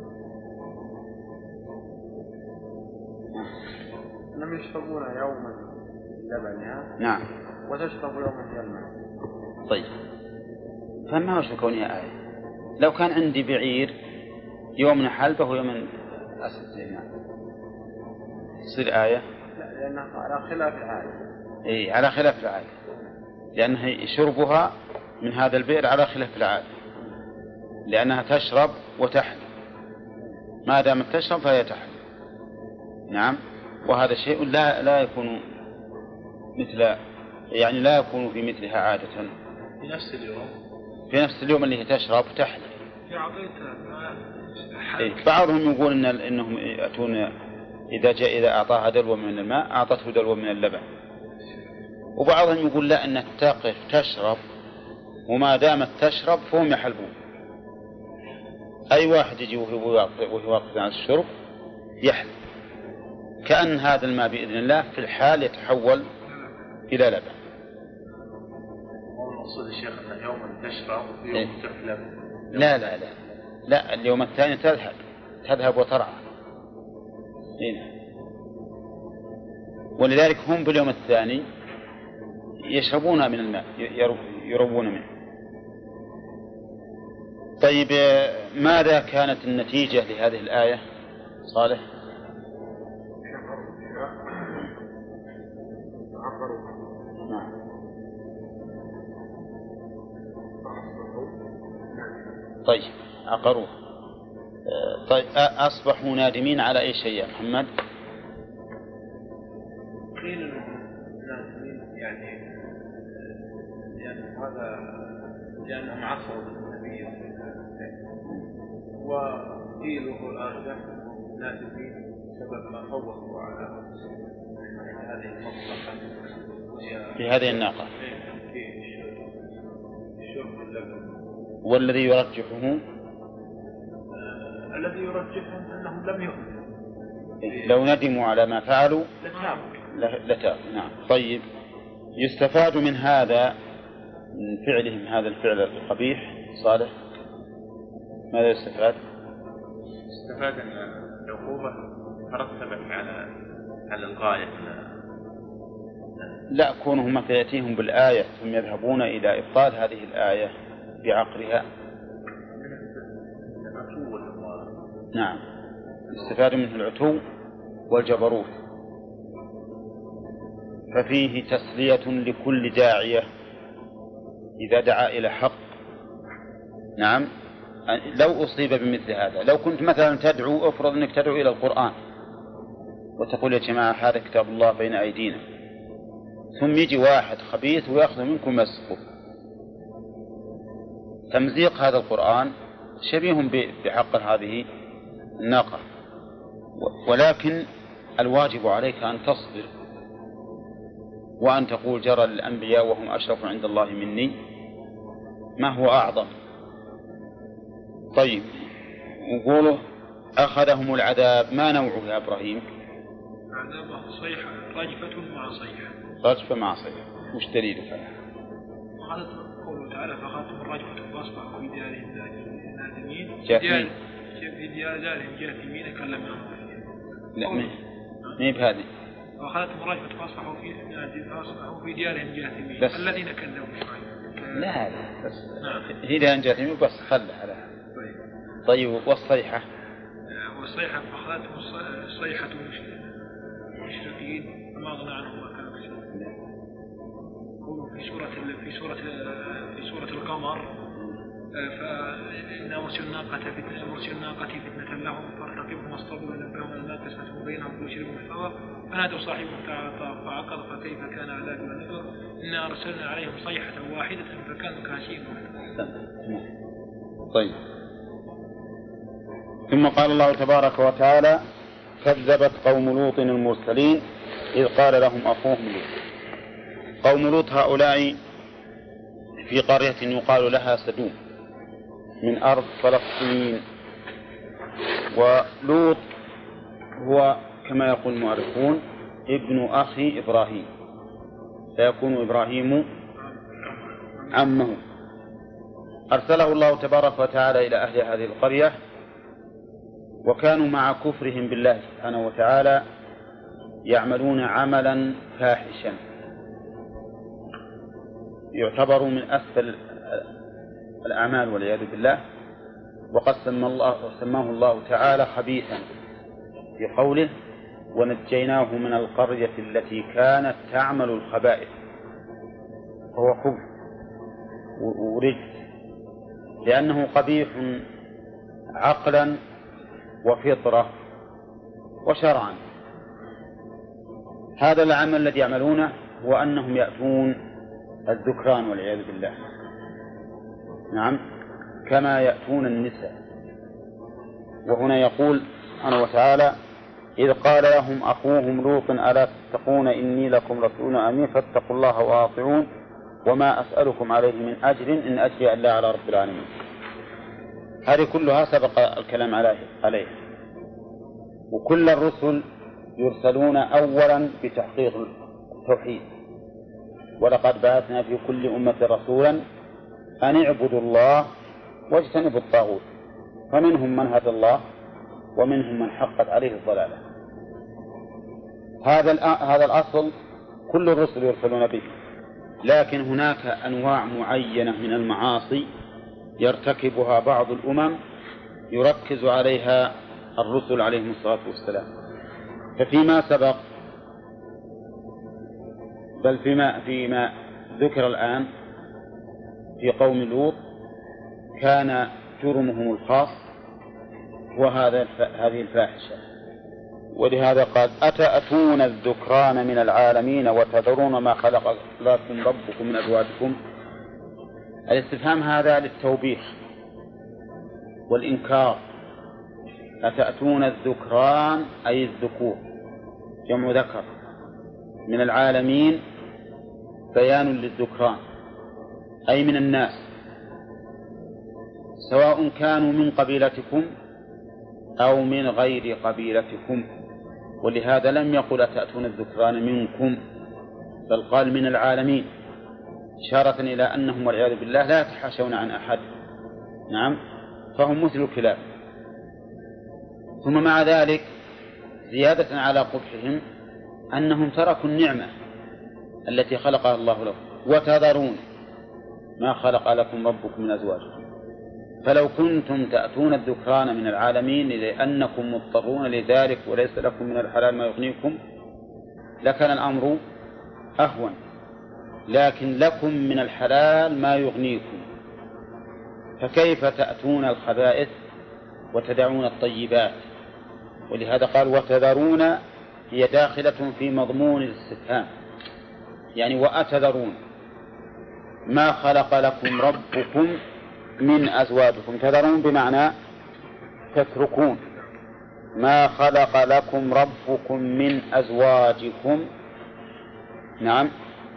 أنهم يشربون يوما لبنها. نعم. وتشرب يوما هي الماء. طيب، فما وجه كونها آية؟ لو كان عندي بعير يوم حلبه ويوم أسد تصير آية؟ لا، لأنها على خلاف العادة. إيه، على خلاف العادة، لأنها شربها من هذا البئر على خلاف العادة، لأنها تشرب وتحلب، ما دامت تشرب فهي تحلب. نعم. وهذا شيء لا يكون يعني لا يكون في مثلها عادة في نفس اليوم اللي هي تشرب وتحلب. إيه. بعضهم يقول إنهم يأتون إذا أعطاها دلوة من الماء أعطته دلوة من اللبن، وبعضهم يقول لا، أنها تقف تشرب وما دامت تشرب فهم يحلبون. أي واحد يجي وهو واقف عن الشرب يحلب، كأن هذا الماء بإذن الله في الحال يتحول إلى لبن. المقصود الشيخ أن يوما تشرب ويوم تحلب. لا، اليوم الثاني تذهب وترعى. ولذلك هم باليوم الثاني يشربون من الماء، يروون منه. طيب، ماذا كانت النتيجة لهذه الآية صالح؟ نعم. طيب، عقروه. طيب، أصبحوا نادمين على أي شيء يا محمد؟ قيل نادمين يعني لأنهم عصروا بالنبي وقيل وهو الأرجح نادمين سبب ما فوقوا على هذه المطلقة في هذه الناقة في الشرب اللبن. والذي يرجحه الذي يرجحهم أنهم لم يؤمنوا، لو ندموا على ما فعلوا لتابوا. نعم. طيب، يستفاد من هذا من فعلهم هذا الفعل القبيح صالح، ماذا يستفاد؟ استفاد أن العقوبة ترتبت على الغاية لا، كونهم مثلا يأتيهم بالآية ثم يذهبون إلى إبطال هذه الآية بعقلها. نعم، استفاد منه العتو والجبروت. ففيه تسلية لكل داعية إذا دعا إلى حق. نعم، لو أصيب بمثل هذا، لو كنت مثلا تدعو، أفرض أنك تدعو إلى القرآن وتقول يا جماعة هذا كتاب الله بين أيدينا، ثم يجي واحد خبيث ويأخذ منكم مسكه، تمزيق هذا القرآن شبيه بحق هذه الناقة. ولكن الواجب عليك أن تصبر وأن تقول جرى الأنبياء وهم أشرف عند الله مني، ما هو أعظم. طيب، نقوله أخذهم العذاب، ما نوعه يا إبراهيم؟ عذاب صيحة، رجفة مع صيحة. رجفة مع صيحة، وش دليلك؟ وقالت قوله تعالى فأخذتهم الرجفة فأصبحوا في ديارهم نادمين، في ديارهم جاثمين كلمهم. لا، ما بهذه. وأخذتهم الرجفة فأصبحوا في ديارهم جاثمين الذين كذبوا بشعيب. لا بس هي ديارهم جاثمين بس خلها على. طيب، والصيحة؟ والصيحة فأخذتهم الصيحة مشرقين فما أغنى عنهم ما كانوا يكسبون. في سورة القمر فإن مرسل الناقة فتنة لهم فارتقبهم واصطبروا ونبههم أن لا تسمعهم بينهم ويشربوا الهوى فنادوا صاحبهم فعقر فكيف كان عذابي ونذر إنا أرسلنا عليهم صيحة واحدة فكانوا كهشيم. طيب، ثم قال الله تبارك وتعالى كذبت قوم لوط المرسلين إذ قال لهم أخوهم لوط. قوم لوط هؤلاء في قرية يقال لها سدوم من أرض فلسطين. ولوط هو كما يقول المؤرخون ابن أخي إبراهيم، فيكون إبراهيم عمه. أرسله الله تبارك وتعالى إلى أهل هذه القرية، وكانوا مع كفرهم بالله سبحانه وتعالى يعملون عملا فاحشا يعتبر من أسفل الأعمال والعياذ بالله، وقد سماه الله تعالى خبيثا في قوله ونجيناه من القرية التي كانت تعمل الخبائث، فهو خبث ورجس لأنه قبيح عقلا وفطرة وشرعا. هذا العمل الذي يعملونه هو أنهم يأتون الذكران والعياذ بالله، نعم، كما يأتون النساء. وهنا يقول سبحانه وتعالى إذ قال لهم أخوهم لوط ألا تتقون إني لكم رسول أمين فاتقوا الله وأطيعون وما أسألكم عليه من أجر إن أجري إلا على رب العالمين. هذه كلها سبق الكلام عليه. وكل الرسل يرسلون أولا بتحقيق التوحيد، ولقد بعثنا في كل أمة رسولا أن اعبدوا الله واجتنبوا الطاغوت، فمنهم من هدى الله ومنهم من حقت عليه الضلالة. هذا الأصل كل الرسل يرسلون به، لكن هناك أنواع معينة من المعاصي يرتكبها بعض الأمم يركز عليها الرسل عليهم الصلاة والسلام. ففيما سبق بل فيما ذكر الآن في قوم لوط كان جرمهم الخاص هذه الفاحشة، ولهذا قال أتأتون الذكران من العالمين وتذرون ما خلق لكم ربكم من أزواجكم. الاستفهام هذا للتوبيخ والإنكار. أتأتون الذكران أي الذكور جمع ذكر من العالمين بيان للذكران أي من الناس، سواء كانوا من قبيلتكم أو من غير قبيلتكم. ولهذا لم يقل أتأتون الذكران منكم، بل قال من العالمين، إشارة إلى أنهم والعياذ بالله لا يتحاشون عن أحد، نعم، فهم مثل الكلاب. ثم مع ذلك زيادة على قبحهم أنهم تركوا النعمة التي خلقها الله لكم وتذرون ما خلق لكم ربكم من أزواجكم. فلو كنتم تأتون الذكران من العالمين لأنكم مضطرون لذلك وليس لكم من الحلال ما يغنيكم لكان الأمر أهون، لكن لكم من الحلال ما يغنيكم، فكيف تأتون الخبائث وتدعون الطيبات؟ ولهذا قال وتذرون هي داخلة في مضمون الاستفهام، يعني وأتذرون ما خلق لكم ربكم من أزواجكم. تذرون بمعنى تتركون ما خلق لكم ربكم من أزواجكم. نعم،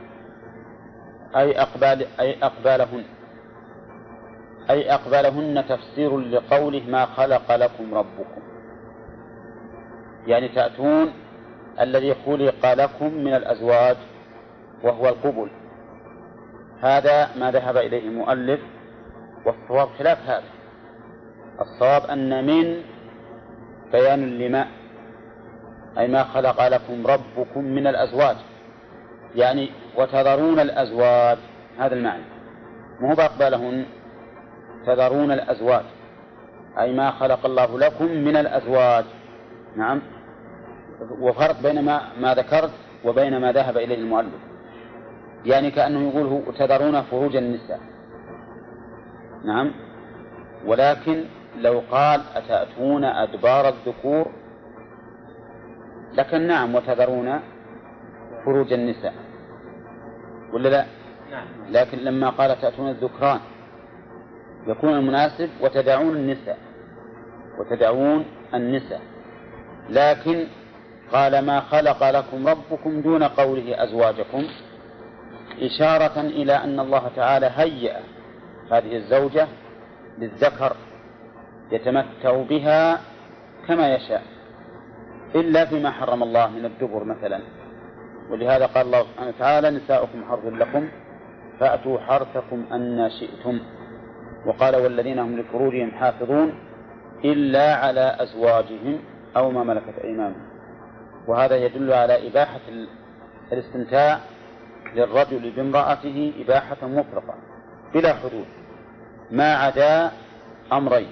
أي أقبالهن تفسير لقوله ما خلق لكم ربكم، يعني تأتون الذي خلق لكم من الأزواج وهو القبل. هذا ما ذهب إليه المؤلف، والصواب خلاف هذا. الصواب أن من بيان لما، أي ما خلق لكم ربكم من الأزواج، يعني وتذرون الأزواج، هذا المعنى، مو بأقبالهن، تذرون الأزواج أي ما خلق الله لكم من الأزواج. نعم، وفرق بين ما ذكرت وبين ما ذهب إليه المؤلف، يعني كأنه يقول تذرون فروج النساء. نعم، ولكن لو قال أتأتون أدبار الذكور لكن نعم وتذرون فروج النساء، ولا لا؟ لكن لما قال تأتون الذكران يكون المناسب وتدعون النساء، لكن قال ما خلق لكم ربكم دون قوله أزواجكم، إشارة إلى أن الله تعالى هيأ هذه الزوجة للذكر يتمتع بها كما يشاء، إلا فيما حرم الله من الدبر مثلا. ولهذا قال الله سبحانه وتعالى نساؤكم حرث لكم فأتوا حرثكم أن شئتم. وقال والذين هم لفروجهم حافظون إلا على أزواجهم أو ما ملكت أيمانهم. وهذا يدل على إباحة الاستمتاع للرجل بامرأته إباحة مطلقة بلا حدود، ما عدا أمرين: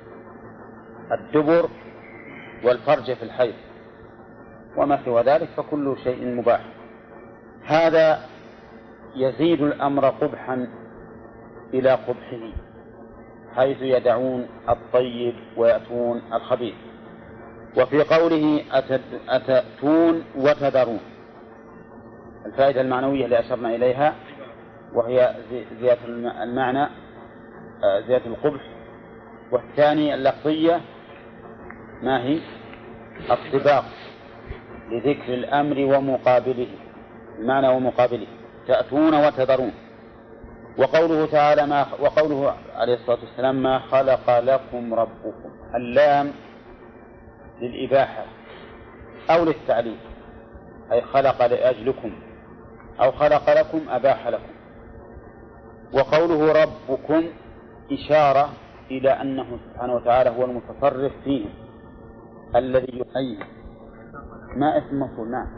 الدبر والفرج في الحيض، وما سوى ذلك فكل شيء مباح. هذا يزيد الأمر قبحا إلى قبحه، حيث يدعون الطيب ويأتون الخبيث. وفي قوله أتأتون وتذرون، الفائدة المعنوية اللي أشرنا إليها وهي زيادة المعنى، زيادة القبح. والثاني اللفظية ما هي؟ الطباق لذكر الأمر ومقابله، المعنى ومقابله، تأتون وتذرون. وقوله تعالى وقوله عليه الصلاة والسلام ما خلق لكم ربكم، اللام للإباحة أو للتعليل، أي خلق لأجلكم أو خلق لكم أباح لكم. وقوله ربكم إشارة إلى أنه سبحانه وتعالى هو المتصرف فيهم الذي يحيي. ما اسم مفعول؟ نعم،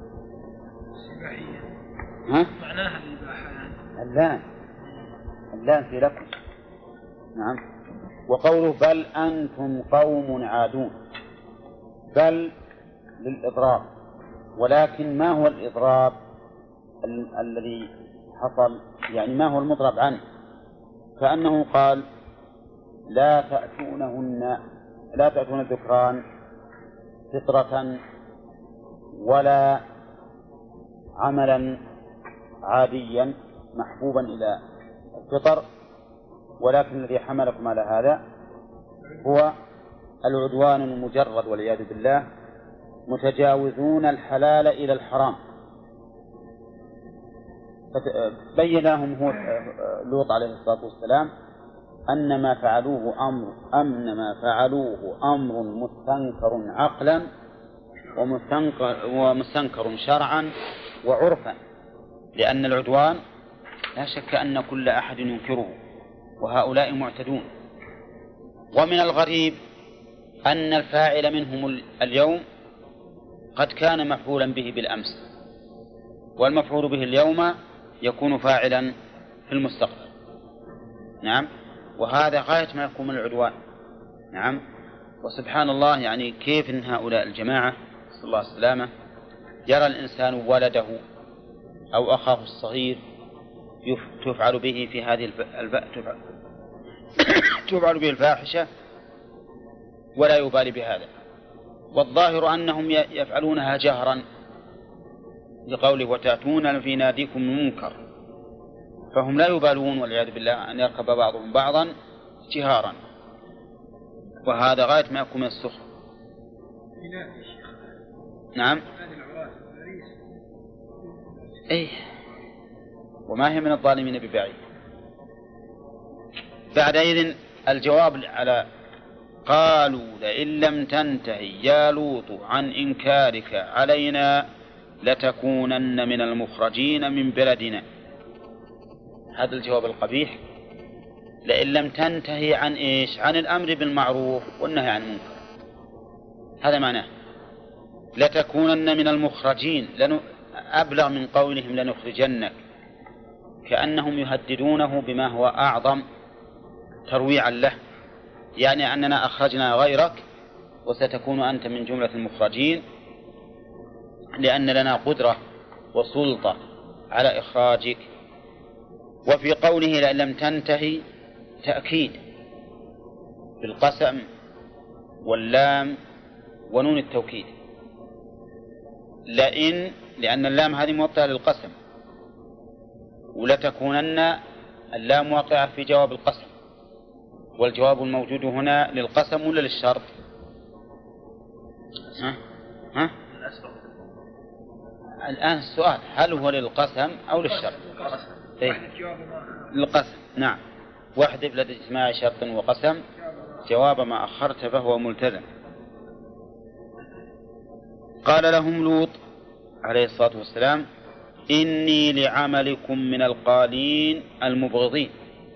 معناها الإباحة يعني اللام في لكم. نعم. وقوله بل أنتم قوم عادون، بل للإضراب، ولكن ما هو الإضراب الذي حصل؟ يعني ما هو المضرب عنه؟ كأنه قال لا تأتون الذكران فطرة ولا عملا عاديا محبوبا إلى الفطر، ولكن الذي حملكم على هذا هو العدوان المجرد والعياذ بالله، متجاوزون الحلال إلى الحرام. بين لهم هو لوط عليه الصلاة والسلام أن ما فعلوه أمر مستنكر عقلا ومستنكر شرعا وعرفا، لأن العدوان لا شك أن كل أحد ينكره، وهؤلاء معتدون. ومن الغريب أن الفاعل منهم اليوم قد كان مفعولا به بالأمس، والمفعول به اليوم يكون فاعلا في المستقبل. نعم، وهذا غاية ما يكون من العدوان. نعم، وسبحان الله، يعني كيف إن هؤلاء الجماعة صلى الله عليه وسلم يرى الإنسان ولده أو أخاه الصغير تفعل به في هذه تفعل به الفاحشة ولا يبالي بهذا، والظاهر أنهم يفعلونها جهرا لقوله وتأتون في ناديكم المنكر، فهم لا يبالون والعياذ بالله أن يركب بعضهم بعضا جهارا، وهذا غاية ما يكون من السخط. نعم، أي وما هي من الظالمين ببعيد. بعدئذ الجواب على قالوا لئن لم تنتهي يا لوط عن إنكارك علينا لتكونن من المخرجين من بلدنا. هذا الجواب القبيح، لئن لم تنتهي عن إيش؟ عن الأمر بالمعروف والنهي عن المنكر، هذا معناه لتكونن من المخرجين، أبلغ من قولهم لنخرجنك، كأنهم يهددونه بما هو أعظم ترويعا له، يعني أننا أخرجنا غيرك وستكون أنت من جملة المخرجين، لأن لنا قدرة وسلطة على إخراجك. وفي قوله لئن لم تنتهي تأكيد بالقسم واللام ونون التوكيد، لأن اللام هذه موطئة للقسم، ولتكونن اللام واقعة في جواب القسم، والجواب الموجود هنا للقسم ولا للشرط؟ ها؟ الآن السؤال هل هو للقسم أو للشرط؟ للقسم. نعم، واحذف لدى اجتماع شرط وقسم جواب ما أخرت فهو ملتزم. قال لهم لوط عليه الصلاة والسلام إني لعملكم من القالين المبغضين.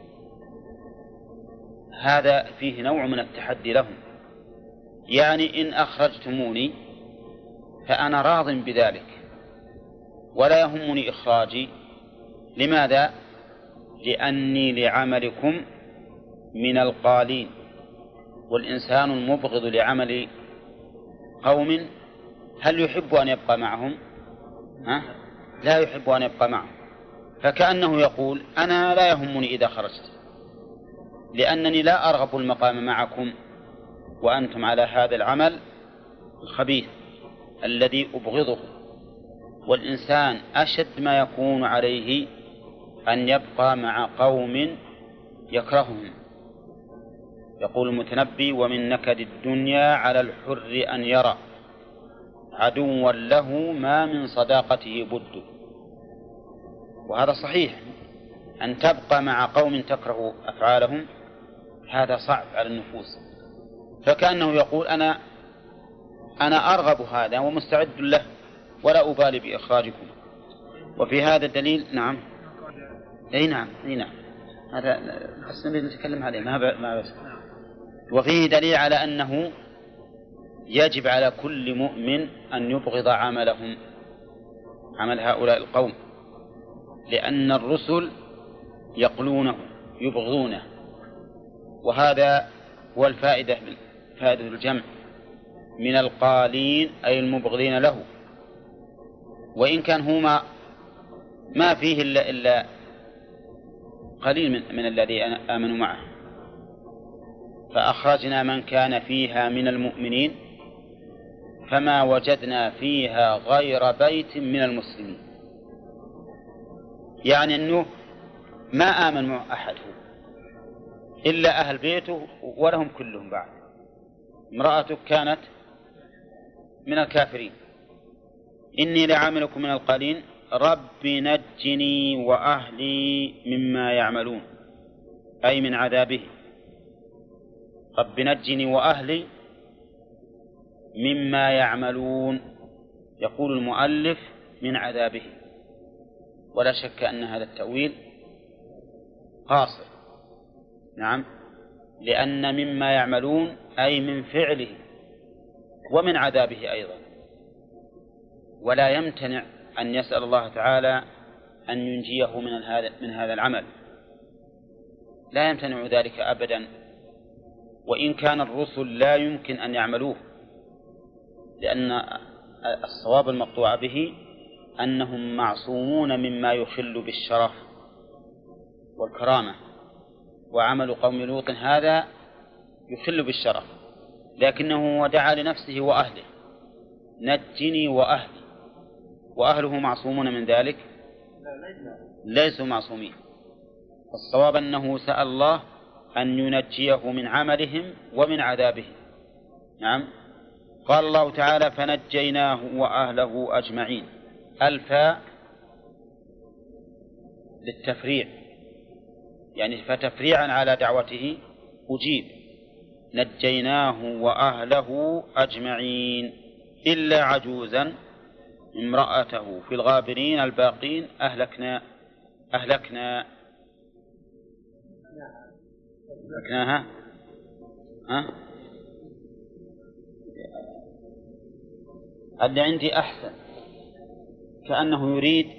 هذا فيه نوع من التحدي لهم، يعني إن أخرجتموني فأنا راض بذلك ولا يهمني إخراجي. لماذا؟ لأني لعملكم من القالين، والإنسان المبغض لعمل قوم هل يحب أن يبقى معهم؟ لا يحب أن يبقى معهم، فكأنه يقول أنا لا يهمني إذا خرجت، لأنني لا أرغب المقام معكم وأنتم على هذا العمل الخبيث الذي أبغضه. والإنسان أشد ما يكون عليه أن يبقى مع قوم يكرههم. يقول المتنبي ومن نكد الدنيا على الحر أن يرى عدوا له ما من صداقته بد. وهذا صحيح، أن تبقى مع قوم تكره أفعالهم هذا صعب على النفوس، فكأنه يقول أنا أرغب هذا ومستعد له ولا أبالي بإخراجكم. وفي هذا الدليل. نعم، أي نعم، هذا حسن نتكلم عليه ما بس. وفيه دليل على أنه يجب على كل مؤمن أن يبغض عملهم، عمل هؤلاء القوم، لأن الرسل يقلونه يبغضونه، وهذا هو فائدة الجمع من القالين أي المبغضين له. وإن كان هما ما فيه إلا قليل من الذي آمنوا معه، فأخرجنا من كان فيها من المؤمنين فما وجدنا فيها غير بيت من المسلمين، يعني أنه ما آمن مع أحد إلا أهل بيته ولهم كلهم بعد. امرأته كانت من الكافرين. إني لعاملكم من القالين رب نجني وأهلي مما يعملون، أي من عذابه. رب نجني وأهلي مما يعملون، يقول المؤلف من عذابه، ولا شك أن هذا التأويل قاصر. نعم، لأن مما يعملون أي من فعله ومن عذابه أيضا، ولا يمتنع أن يسأل الله تعالى أن ينجيه من هذا العمل، لا يمتنع ذلك أبدا، وإن كان الرسل لا يمكن أن يعملوه، لأن الصواب المقطوع به أنهم معصومون مما يخل بالشرف والكرامة، وعمل قوم لوط هذا يخل بالشرف، لكنه دعا لنفسه وأهله: نجني وأهلي، وأهله معصومون من ذلك؟ ليسوا معصومين. الصواب أنه سأل الله أن ينجيه من عملهم ومن عذابهم. نعم. قال الله تعالى: فنجيناه وأهله أجمعين. الفاء للتفريع، يعني فتفريعا على دعوته أجيب: نجيناه وأهله أجمعين إلا عجوزا امرأته في الغابرين الباقين أهلكناها. اللي عندي أحسن، كأنه يريد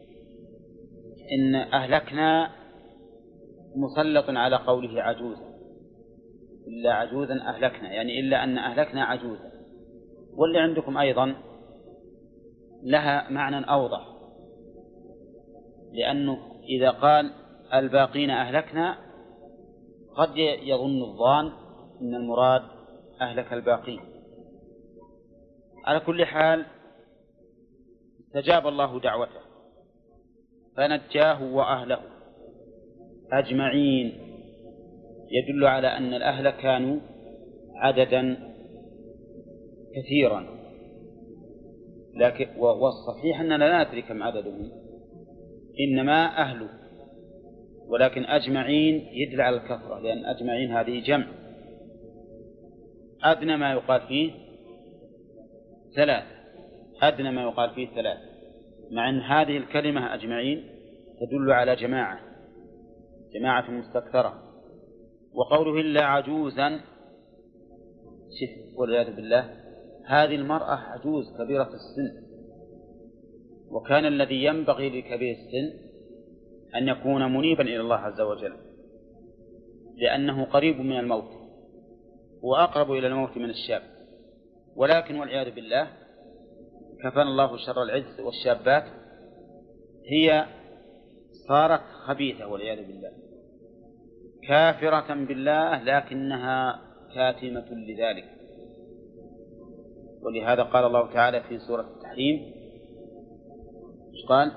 إن أهلكنا مسلط على قوله عجوزا، إلا عجوزا أهلكنا، يعني إلا أن أهلكنا عجوزا. واللي عندكم أيضا لها معنى أوضح، لأنه إذا قال الباقين أهلكنا قد يظن الظان إن المراد أهلك الباقين. على كل حال استجاب الله دعوته فنجاه وأهله أجمعين، يدل على أن الأهل كانوا عددا كثيرا، لكن والصحيح أننا لا ندري كم عددهم، إنما أهله، ولكن أجمعين يدل على الكثرة، لأن أجمعين هذه جمع، أدنى ما يقال فيه 3، أدنى ما يقال فيه 3، مع أن هذه الكلمة أجمعين تدل على جماعة مستكثرة. وقوله إلا عجوزا، والعياذ بالله، هذه المرأة عجوز كبيرة السن، وكان الذي ينبغي لكبير السن أن يكون منيبا إلى الله عز وجل، لأنه قريب من الموت وأقرب إلى الموت من الشاب. ولكن والعياذ بالله كفانا الله شر العز، والشابات هي صارت خبيثة والعياذ بالله، كافرة بالله لكنها كاتمة لذلك. ولهذا قال الله تعالى في سورة التحريم: قال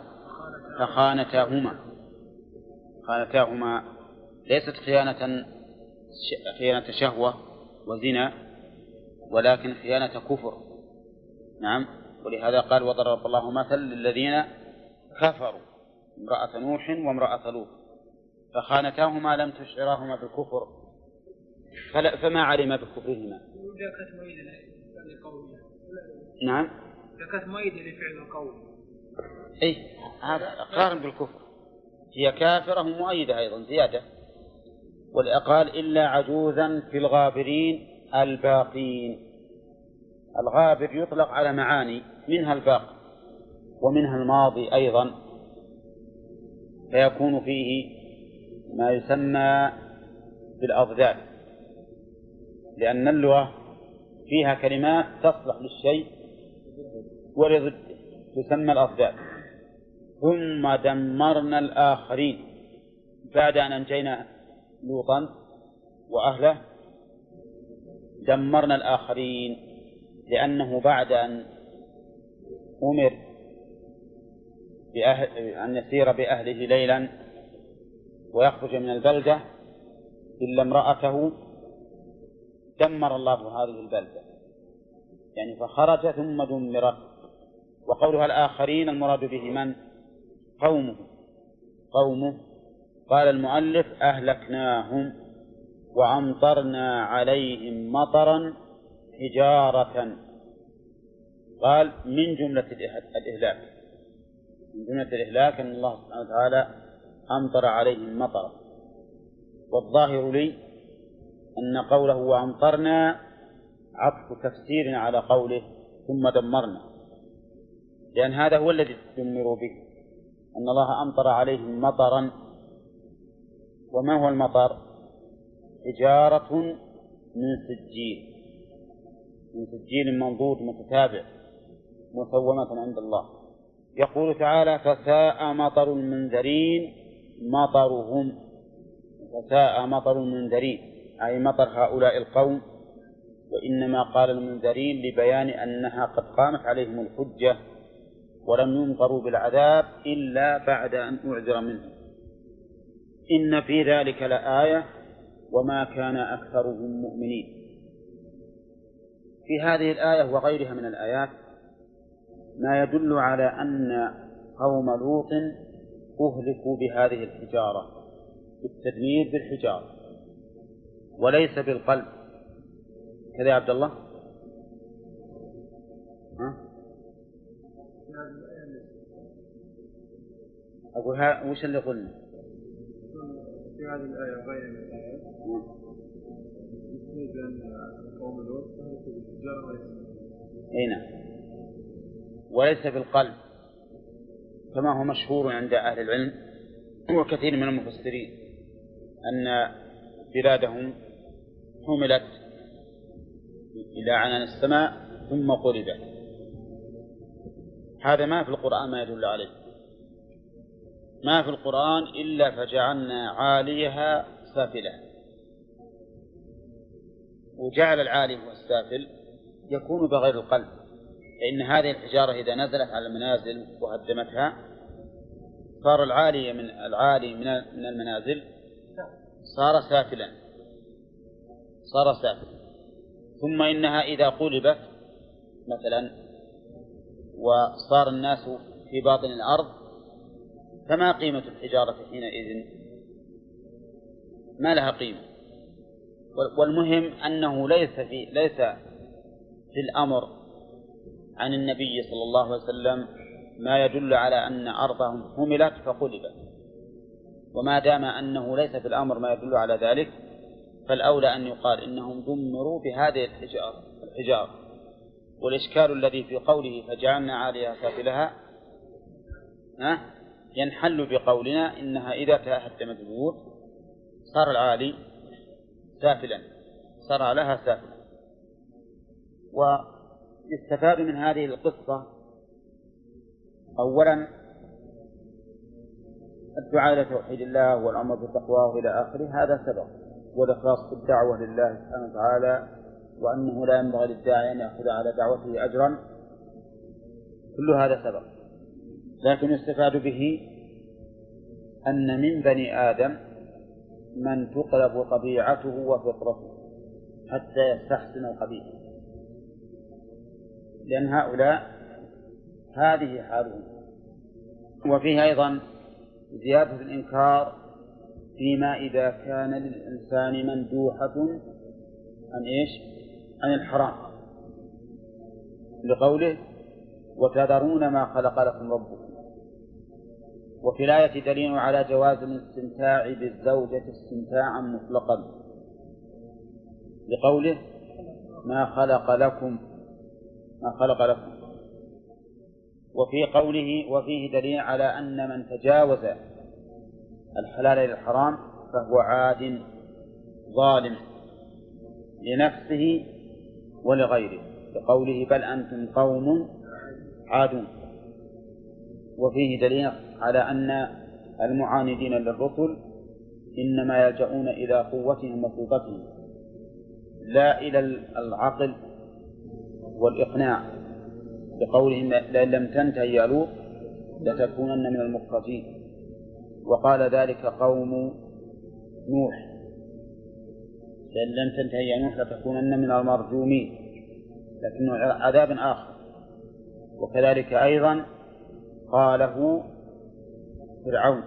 فخانتاهما، ليست خيانة شهوة وزنا، ولكن خيانة كفر. نعم. ولهذا قال: وضرب الله مثل للذين كفروا امرأة نوح وامرأة لوط فخانتاهما لم تشعراهما بالكفر فما علم بكفرهما. نعم. لكانت مؤيدة لفعل القول. أي هذا إقرار بالكفر، هي كافرة مؤيدة أيضا زيادة. والأقال إلا عجوزا في الغابرين الباقين. الغابر يطلق على معاني، منها الباقي ومنها الماضي أيضا، فيكون فيه ما يسمى بالأضداد، لأن اللغة فيها كلمات تصلح للشيء ولضده تسمى الأضداد. ثم دمرنا الآخرين، بعد أن أنجينا لوطا وأهله دمرنا الآخرين، لأنه بعد أن أمر أن يسير بأهله ليلا ويخرج من البلدة إلا امرأته دمر الله هذه البلدة، يعني فخرج ثم دمرت. وقولها الآخرين المراد به من؟ قومه. قال المؤلف: أهلكناهم وأمطرنا عليهم مطرا حجارة. قال من جملة الإهلاك، من جملة الإهلاك أن الله سبحانه وتعالى أمطر عليهم مطرا. والظاهر لي أن قوله وأمطرنا عطف تفسير على قوله ثم دمرنا، لأن هذا هو الذي دمروا به، أن الله أمطر عليهم مطرا. وما هو المطر؟ حجارة من سجيل منضود متتابع مسومة عند الله. يقول تعالى: فساء مطر المنذرين مطرهم. فساء مطر المنذرين أي مطر هؤلاء القوم، وإنما قال المنذرين لبيان أنها قد قامت عليهم الحجة ولم يمطروا بالعذاب إلا بعد أن أعذر منهم. إن في ذلك لآية وما كان أكثرهم مؤمنين. في هذه الآية وغيرها من الآيات ما يدل على أن قوم لوط أهلكوا بهذه الحجارة، بالتدمير بالحجارة وليس بالقلب. كذا يا عبد الله؟ أقول وش اللي قلنا؟ في هذه الآية وغيرها من الآيات يفيد أن قوم لوط أهلكوا بالحجارة وليس بالقلب، كما هو مشهور عند أهل العلم وكثير من المفسرين أن بلادهم حملت إلى عنان السماء ثم قلبت. هذا ما في القرآن ما يدل عليه، ما في القرآن إلا فجعلنا عاليها سافلة. وجعل العالي والسافل يكون بغير القلب، لأن هذه الحجارة إذا نزلت على المنازل وهدمتها صار العالي من المنازل صار سافلا. ثم إنها إذا قلبت مثلا وصار الناس في باطن الأرض فما قيمة الحجارة حينئذ؟ ما لها قيمة. والمهم أنه ليس في الأمر عن النبي صلى الله عليه وسلم ما يدل على أن أرضهم حملت فقلبت، وما دام أنه ليس في الأمر ما يدل على ذلك فالأولى أن يقال إنهم دمروا بهذه الحجارة. والإشكال الذي في قوله فجعلنا عاليها سافلها ينحل بقولنا إنها إذا تهدمت البيوت صار العالي سافلا، صار عليها سافلا. ويستفاد من هذه القصة أولا الدعاء لتوحيد الله والأمر بالتقوى إلى آخره، هذا سبب، والإخلاص في الدعوة لله سبحانه وتعالى، وأنه لا ينبغي للداعي أن يأخذ على دعوته أجرا، كل هذا سبب. لكن يستفاد به أن من بني آدم من تقلب طبيعته وفطرته حتى يستحسن القبيح، لأن هؤلاء هذه حالهم. وفيه أيضا زيادة الإنكار فيما إذا كان للإنسان مندوحة عن الحرام، لقوله وتذرون ما خلق لكم ربكم. وفي الآية دليل على جواز الاستمتاع بالزوجة استمتاعا مطلقا، لقوله ما خلق لكم. وفي قوله وفيه دليل على أن من تجاوز الحلال إلى الحرام فهو عاد ظالم لنفسه ولغيره، لقوله بل أنتم قوم عادون. وفيه دليل على أن المعاندين للرسل إنما يلجؤون إلى قوتهم وسلطتهم لا إلى العقل والإقناع، بقولهم لئن لم تنته يا لوط لتكونن من المخرجين. وقال ذلك قوم نوح لئن لم تنته يا نوح لتكونن من المرجومين، لكنه عذاب آخر. وكذلك أيضا قاله فرعون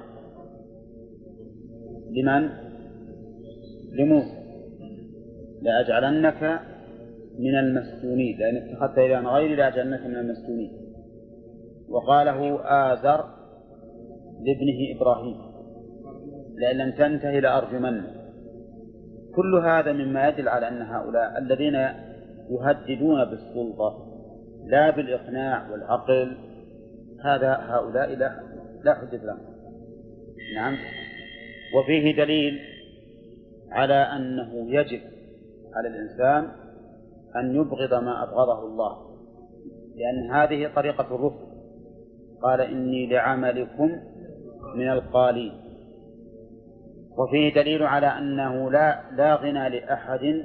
لمن؟ لموسى لأجعلنك من المسجونين، لأن اتخذت إلها غيري لأجعلنك من المسجونين. وقاله آزر لابنه إبراهيم لئن لم تنته لأرجمنك. كل هذا مما يدل على أن هؤلاء الذين يهددون بالسلطة لا بالإقناع والعقل هؤلاء لا حجة لهم. نعم. وفيه دليل على أنه يجب على الإنسان أن يبغض ما أبغضه الله، لأن هذه طريقة الرسل. قال إني لعملكم من القالين. وفيه دليل على أنه لا غنى لأحد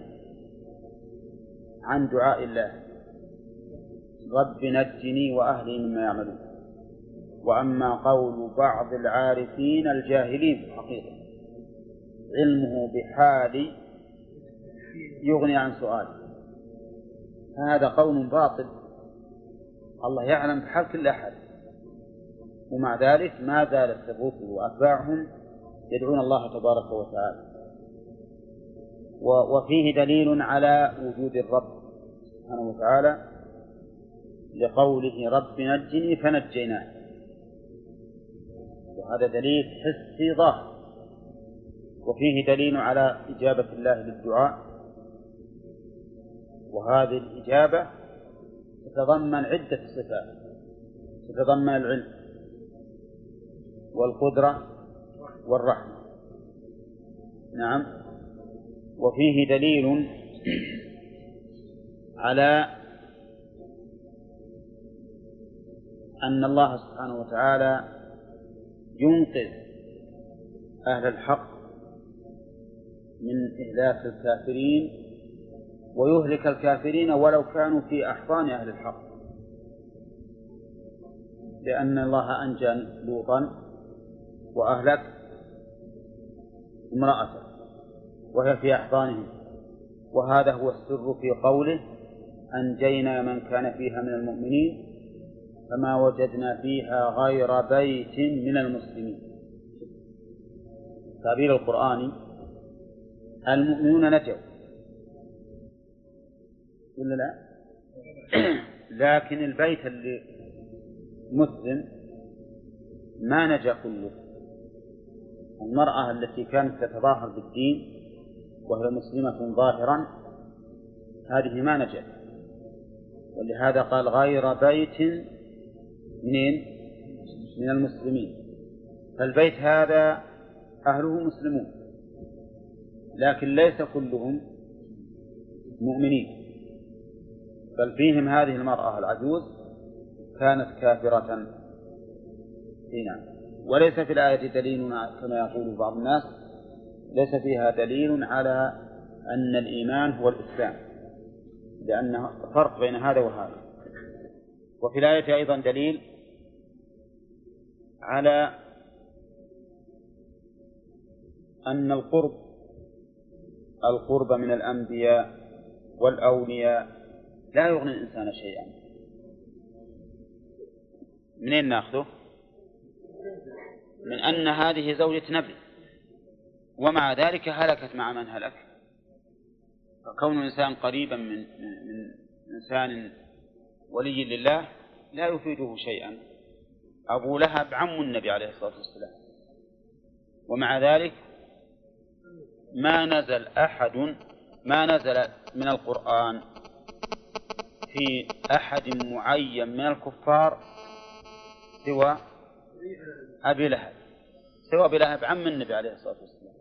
عن دعاء الله رب نجني وأهلي مما يعملون. وأما قول بعض العارفين الجاهلين في الحقيقة علمه بحالي يغني عن سؤالي، هذا قول باطل. الله يعلم بحال كل أحد، ومع ذلك ما زالت الرسل وأتباعهم يدعون الله تبارك وتعالى. وفيه دليل على وجود الرب سبحانه وتعالى لقوله رب نجني فنجيناه، وهذا دليل حسي ظاهر. وفيه دليل على إجابة الله للدعاء، وهذه الإجابة تتضمن عدة صفات، تتضمن العلم والقدرة والرحمة. نعم. وفيه دليل على أن الله سبحانه وتعالى ينقذ أهل الحق من إهلاك الكافرين ويهلك الكافرين ولو كانوا في أحضان أهل الحق، لأن الله أنجى لوطا وأهلك امرأته وهي في أحضانهم، وهذا هو السر في قوله أنجينا من كان فيها من المؤمنين فما وجدنا فيها غير بيت من المسلمين. تعبير القرآني المؤمنون نجوا ولا لا؟ لكن البيت اللي مسلم ما نجا كله. المرأة التي كانت تتظاهر بالدين وهي مسلمة ظاهرا هذه ما نجت، ولهذا قال غير بيت من المسلمين. فالبيت هذا أهله مسلمون لكن ليس كلهم مؤمنين، بل فيهم هذه المرأة العجوز كانت كافرة. هنا وليس في الآية دليل كما يقول بعض الناس، ليس فيها دليل على أن الإيمان هو الإسلام، لأن فرق بين هذا وهذا. وفي الآية أيضا دليل على أن القرب من الأنبياء والأولياء لا يغني الإنسان شيئا. منين نأخذه؟ من أن هذه زوجة نبي ومع ذلك هلكت مع من هلك. فكون الإنسان قريبا من إنسان ولي لله لا يفيده شيئا. أبو لهب عم النبي عليه الصلاة والسلام، ومع ذلك ما نزل من القرآن في أحد معين من الكفار سوى أبي لهب عم النبي عليه الصلاة والسلام.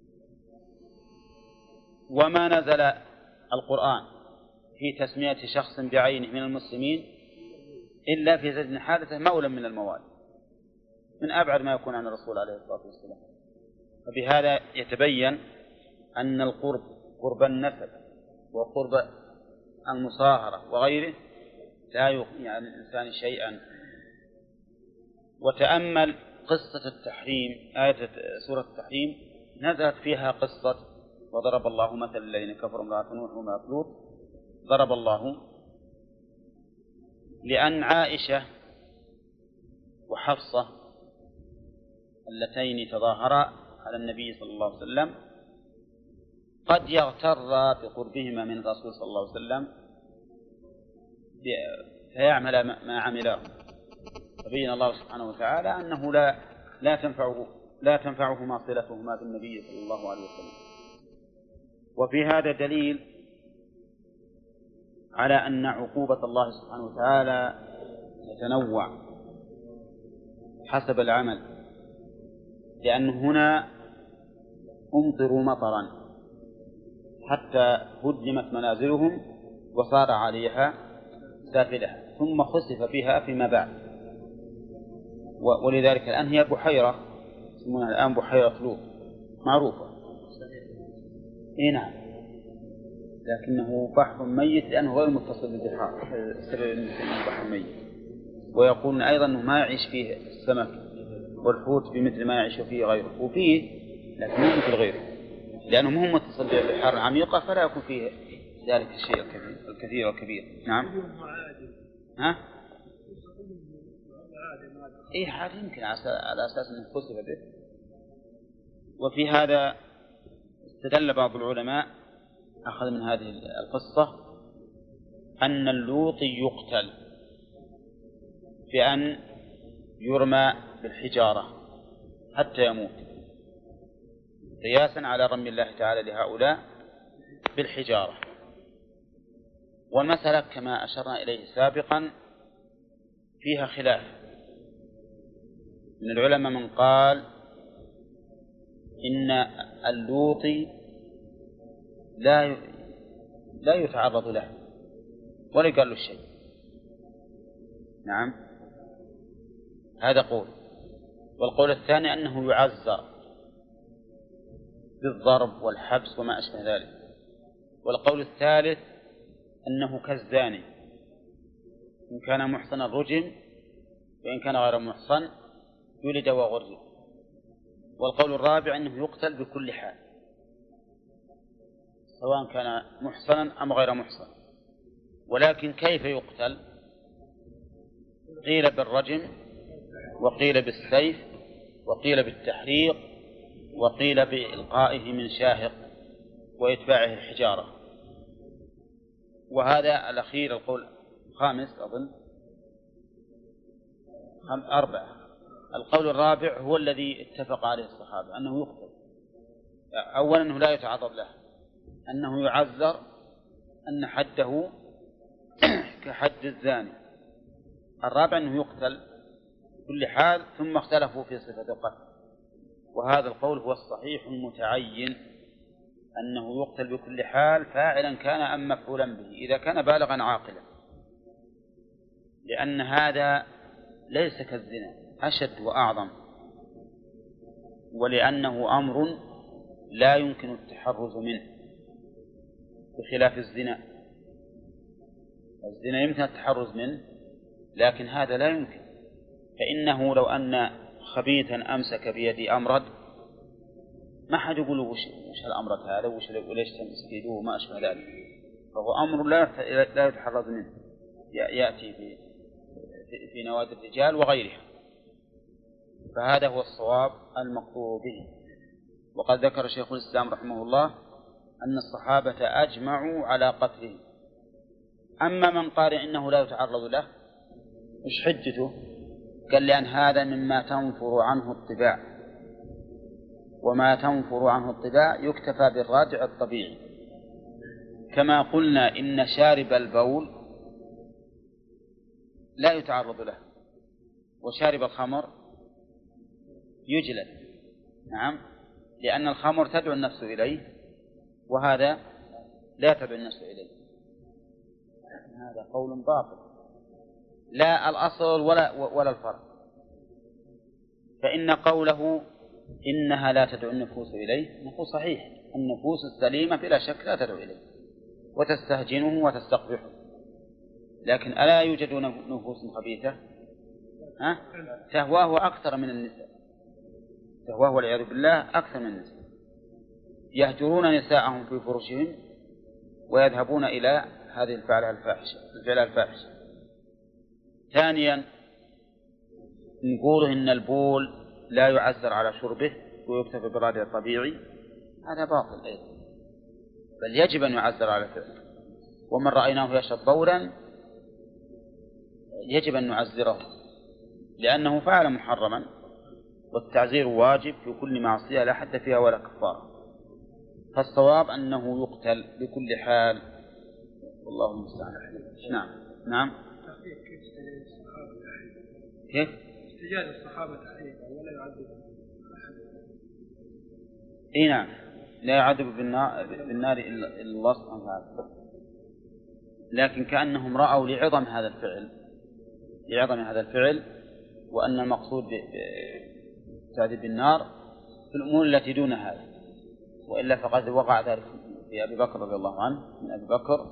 وما نزل القرآن في تسمية شخص بعينه من المسلمين إلا في زيد بن حارثة مولى من الموالي، من أبعد ما يكون عن الرسول عليه الصلاة والسلام. وبهذا يتبين أن القرب، قرب النسب وقرب المصاهرة وغيره، لا يغني عن الإنسان شيئا. وتأمل قصة التحريم، آية سورة التحريم نزلت فيها قصة وضرب الله مثل الذين كفروا امرأة نوح وامرأة لوط. ضرب الله لأن عائشة وحفصة اللتين تظاهرا على النبي صلى الله عليه وسلم قد يغتر بقربهما من الرسول صلى الله عليه وسلم فيعمل ما عمله. فبين الله سبحانه وتعالى أنه لا تنفعهما صلتهما بالنبي صلى الله عليه وسلم. وفي هذا دليل على أن عقوبة الله سبحانه وتعالى تتنوع حسب العمل، لأن هنا أمطروا مطرا حتى هدمت منازلهم وصار عليها سافلها ثم خسف بها فيما بعد، ولذلك الآن هي بحيرة يسمونها الآن بحيرة لوط معروفة. إيه نعم، لكنه بحر ميت لأنه غير متصل بالبحار، سبب بحر ميت. ويقولون أيضا أنه ما يعيش فيه السمك والحوت بمثل ما يعيش فيه غيره، وفيه لكن مو مثل غيره، لأنه مو متصل بالبحار العميقة فلا يكون فيه ذلك الشيء الكثير والكبير. نعم. ها؟ إيه عاد يمكن على أساس أنه خسف به. وفي هذا استدل بعض العلماء أخذ من هذه القصة أن اللوطي يقتل بأن يرمى بالحجارة حتى يموت، قياسا على رمي الله تعالى لهؤلاء بالحجارة. والمسألة كما أشرنا إليه سابقا فيها خلاف من العلماء، من قال إن اللوطي لا يتعرض له ولا يقال له شيء. نعم، هذا قول. والقول الثاني أنه يعزر بالضرب والحبس وما أشبه ذلك. والقول الثالث أنه كالزاني، إن كان محصنا رجم وإن كان غير محصن يولد وغرزه. والقول الرابع أنه يقتل بكل حال سواء كان محصنا أم غير محصن. ولكن كيف يقتل؟ قيل بالرجم وقيل بالسيف وقيل بالتحريق وقيل بإلقائه من شاهق وإتباعه الحجارة. وهذا الأخير القول الخامس أظن 4. القول الرابع هو الذي اتفق عليه الصحابة أنه يقتل. أولا أنه لا يتعرض له، أنه يعذر، أن حده كحد الزاني. الرابع أنه يقتل بكل حال، ثم اختلفوا في صفة القتل. وهذا القول هو الصحيح المتعين، أنه يقتل بكل حال فاعلا كان أم مفعولا به إذا كان بالغا عاقلا، لأن هذا ليس كالزنا، أشد وأعظم، ولأنه أمر لا يمكن التحرز منه بخلاف الزنا. الزنا يمكن التحرز منه لكن هذا لا يمكن. فإنه لو أن خبيثا أمسك بيد أمرد ما حد يقول وش الأمرد هذا وليش تمسك يده وما أشبه ذلك، فهو أمر لا يتحرز منه، يأتي في نوادي الرجال وغيرها. فهذا هو الصواب المقطوع به. وقد ذكر شيخ الإسلام رحمه الله أن الصحابة أجمعوا على قتله. أما من قال إنه لا يتعرض له مش حجته؟ قال لأن هذا مما تنفر عنه الطباع، وما تنفر عنه الطباع يكتفى بالراجع الطبيعي. كما قلنا إن شارب البول لا يتعرض له، وشارب الخمر يجلد. نعم، لأن الخمر تدعو النفس إليه وهذا لا تدعو النفس إليه. هذا قول باطل، لا الأصل ولا الفرق. فإن قوله إنها لا تدعو النفوس إليه نقول صحيح، النفوس السليمة بلا شك لا تدعو إليه وتستهجنه وتستقبحه، لكن ألا يوجد نفوس خبيثة تهواه أكثر من النساء، تهواه والعياذ بالله أكثر من النساء، يهجرون نساءهم في فرشهم ويذهبون إلى هذه الفعلة الفاحشة. ثانيا نقول إن البول لا يعذر على شربه ويكتفى بالرادع الطبيعي، هذا باطل أيضا، بل يجب أن يعذر على فعله. ومن رأيناه يشرب بولا يجب أن نعذره لأنه فعل محرما، والتعزير واجب في كل معصية لا حد فيها ولا كفارة. فالصواب أنه يقتل بكل حال، والله المستعان. نعم. كيف احتجاج الصحابة تحريما ولا يعذب أحد. اي نعم، لا يعذب بالنار إلا الله سبحانه وتعالى، لكن كأنهم رأوا لعظم هذا الفعل وأن المقصود بالتعذيب بالنار في الأمور التي دون هذا، وإلا فقد وقع ذلك في أبي بكر رضي الله عنه، من أبي بكر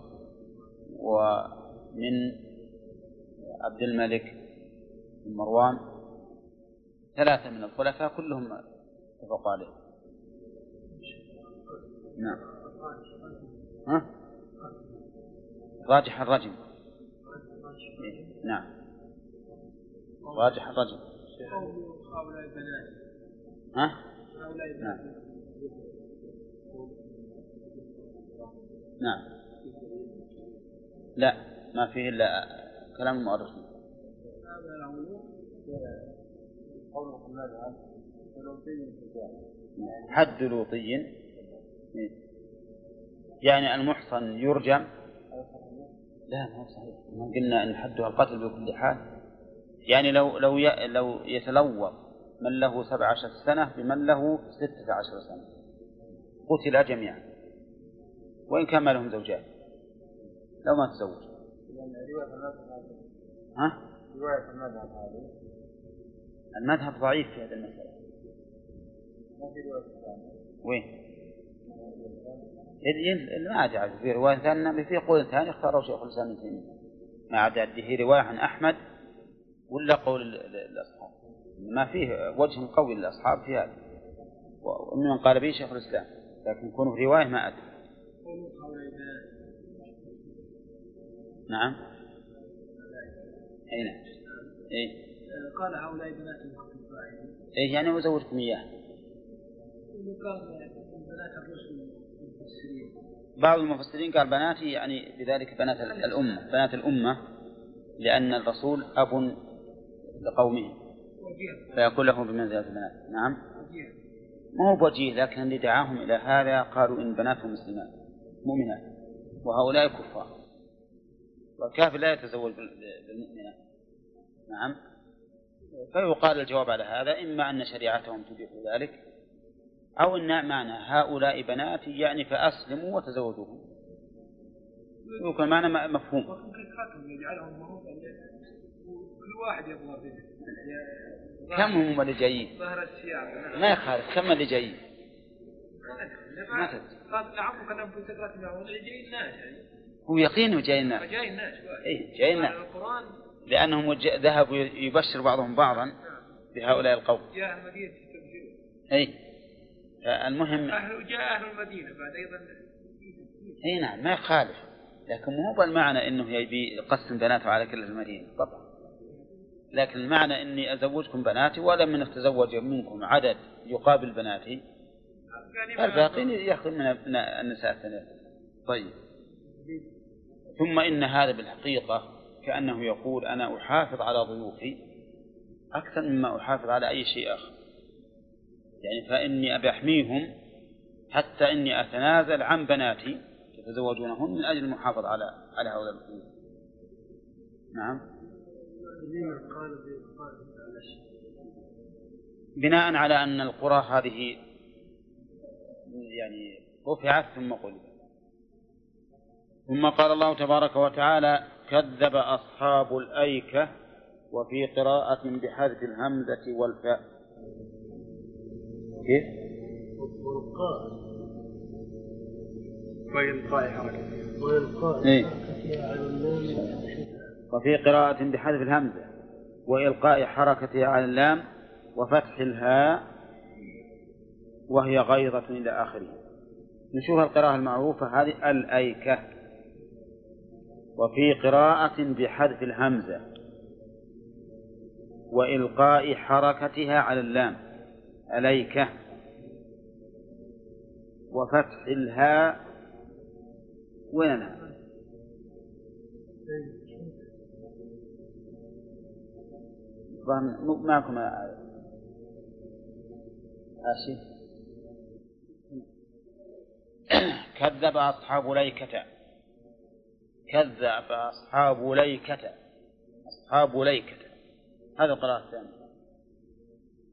ومن عبد الملك بن مروان، 3 من الخلفاء كلهم اتفقوا عليه. نعم. ها؟ راجح الرجم. نعم، راجح الرجم. هؤلاء البنات. ها؟ هؤلاء نعم. البنات. نعم. لا، ما فيه إلا كلام المؤرخين. حد لوطي يعني المحصن يرجم. لا، ما هو صحيح، ما قلنا أن حدها القتل بكل حال. يعني لو يتلوط من له 17 سنة بمن له 16 سنة قتل جميعا، وإن كان ما لهم زوجات لو ما تزوج. ها؟ المذهب ضعيف في هذا المسألة. وين؟ ما أدري في رواية ثانية، في قول ثاني اختاره شيخ الإسلام ابن تيمية، ما أدري في رواية عن أحمد ولا قول الأصحاب، ما فيه وجه قوي للأصحاب في هذا، ومن قال به شيخ الإسلام، لكن يكون في رواية ما أدري. نعم. أين؟ إيه؟ قال هؤلاء بنات الكفار. إيه يعني وزوجكم إياه؟ بنات الرسل المفسرين. بعض المفسرين قال بناتي يعني بذلك بنات الأمة، لأن الرسول أب لقومه فيكون له بمنزلة البنات. نعم. ما هو بوجيه، لكن اللي دعاهم إلى هذا قالوا إن بناتهم مسلمات مؤمنات وهؤلاء كفار، والكافر لا يتزوج بالمؤمنات. نعم. فيقال الجواب على هذا إما أن شريعتهم تبيح ذلك، أو أن معنى هؤلاء بناتي يعني فأسلموا وتزوجوهم، يمكن معنى مفهوم. كل واحد يبغى بنت. كم هم اللي جايين؟ ظهر السياق ما يخالف، كم اللي جايين؟ ما تدري. قال نعم كنا في سكرات المعون جايين ناس يعني. هو يقين جايين ناس. جايين ناس. إيه جايين ناس. القرآن. لأنهم ذهبوا يبشر بعضهم بعضا بهؤلاء القوم. جاء المدينة تبشر. إيه. المهم. جاء أهل المدينة بعد أيضا. إيه نعم ما يخالف، لكن مو بالمعنى إنه يبي يقسم بناته على كل المدينة طبعا، لكن المعنى إني أزوجكم بناتي ولم من تزوج منكم عدد يقابل بناتي فالباقين يأخذ من النساء الثانية. طيب. ثم إن هذا بالحقيقة كأنه يقول أنا أحافظ على ضيوفي أكثر مما أحافظ على أي شيء آخر، يعني فإني أبي أحميهم حتى إني أتنازل عن بناتي يتزوجونهم من أجل المحافظة على هؤلاء الضيوف. نعم. بناء على أن القرى هذه يعني رفعت ثم قلبت. ثم قال الله تبارك وتعالى كذب أصحاب الأيكة، وفي قراءة بحذف الهمزة والفاء. كيف؟ وإلقاء حركة. إيه؟ وفي قراءة بحذف الهمزة وإلقاء حركتها على اللام وفتح الهاء وهي غيظة إلى آخره. نشوف القراءة المعروفة هذه الأيكة. وفي قراءة بحذف الهمزة وإلقاء حركتها على اللام أليكة وفتح الهاء. وين الهاء؟ معكم آسف. كذب أصحاب ليكة. كذب أصحاب ليكة. أصحاب ليكة هذا القراءة الثانية.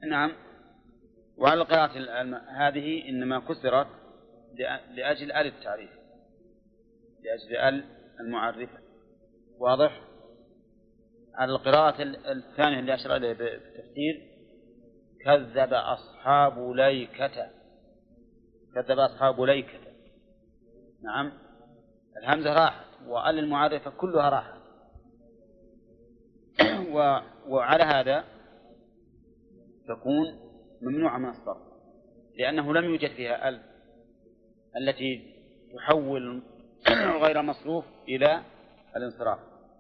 نعم. وعلى القراءة هذه إنما كسرت لأجل آل التعريف، لأجل آل المعرفة. واضح؟ على القراءة الثانية اللي أشار إليه بالتفسير كذب أصحاب ليكة، كذب أصحاب ليكة. نعم، الهمزة راحت وآل المعرفة كلها راحت. وعلى هذا تكون ممنوعة من الصرف، لأنه لم يوجد فيها أل التي تحول غير مصروف إلى الانصراف.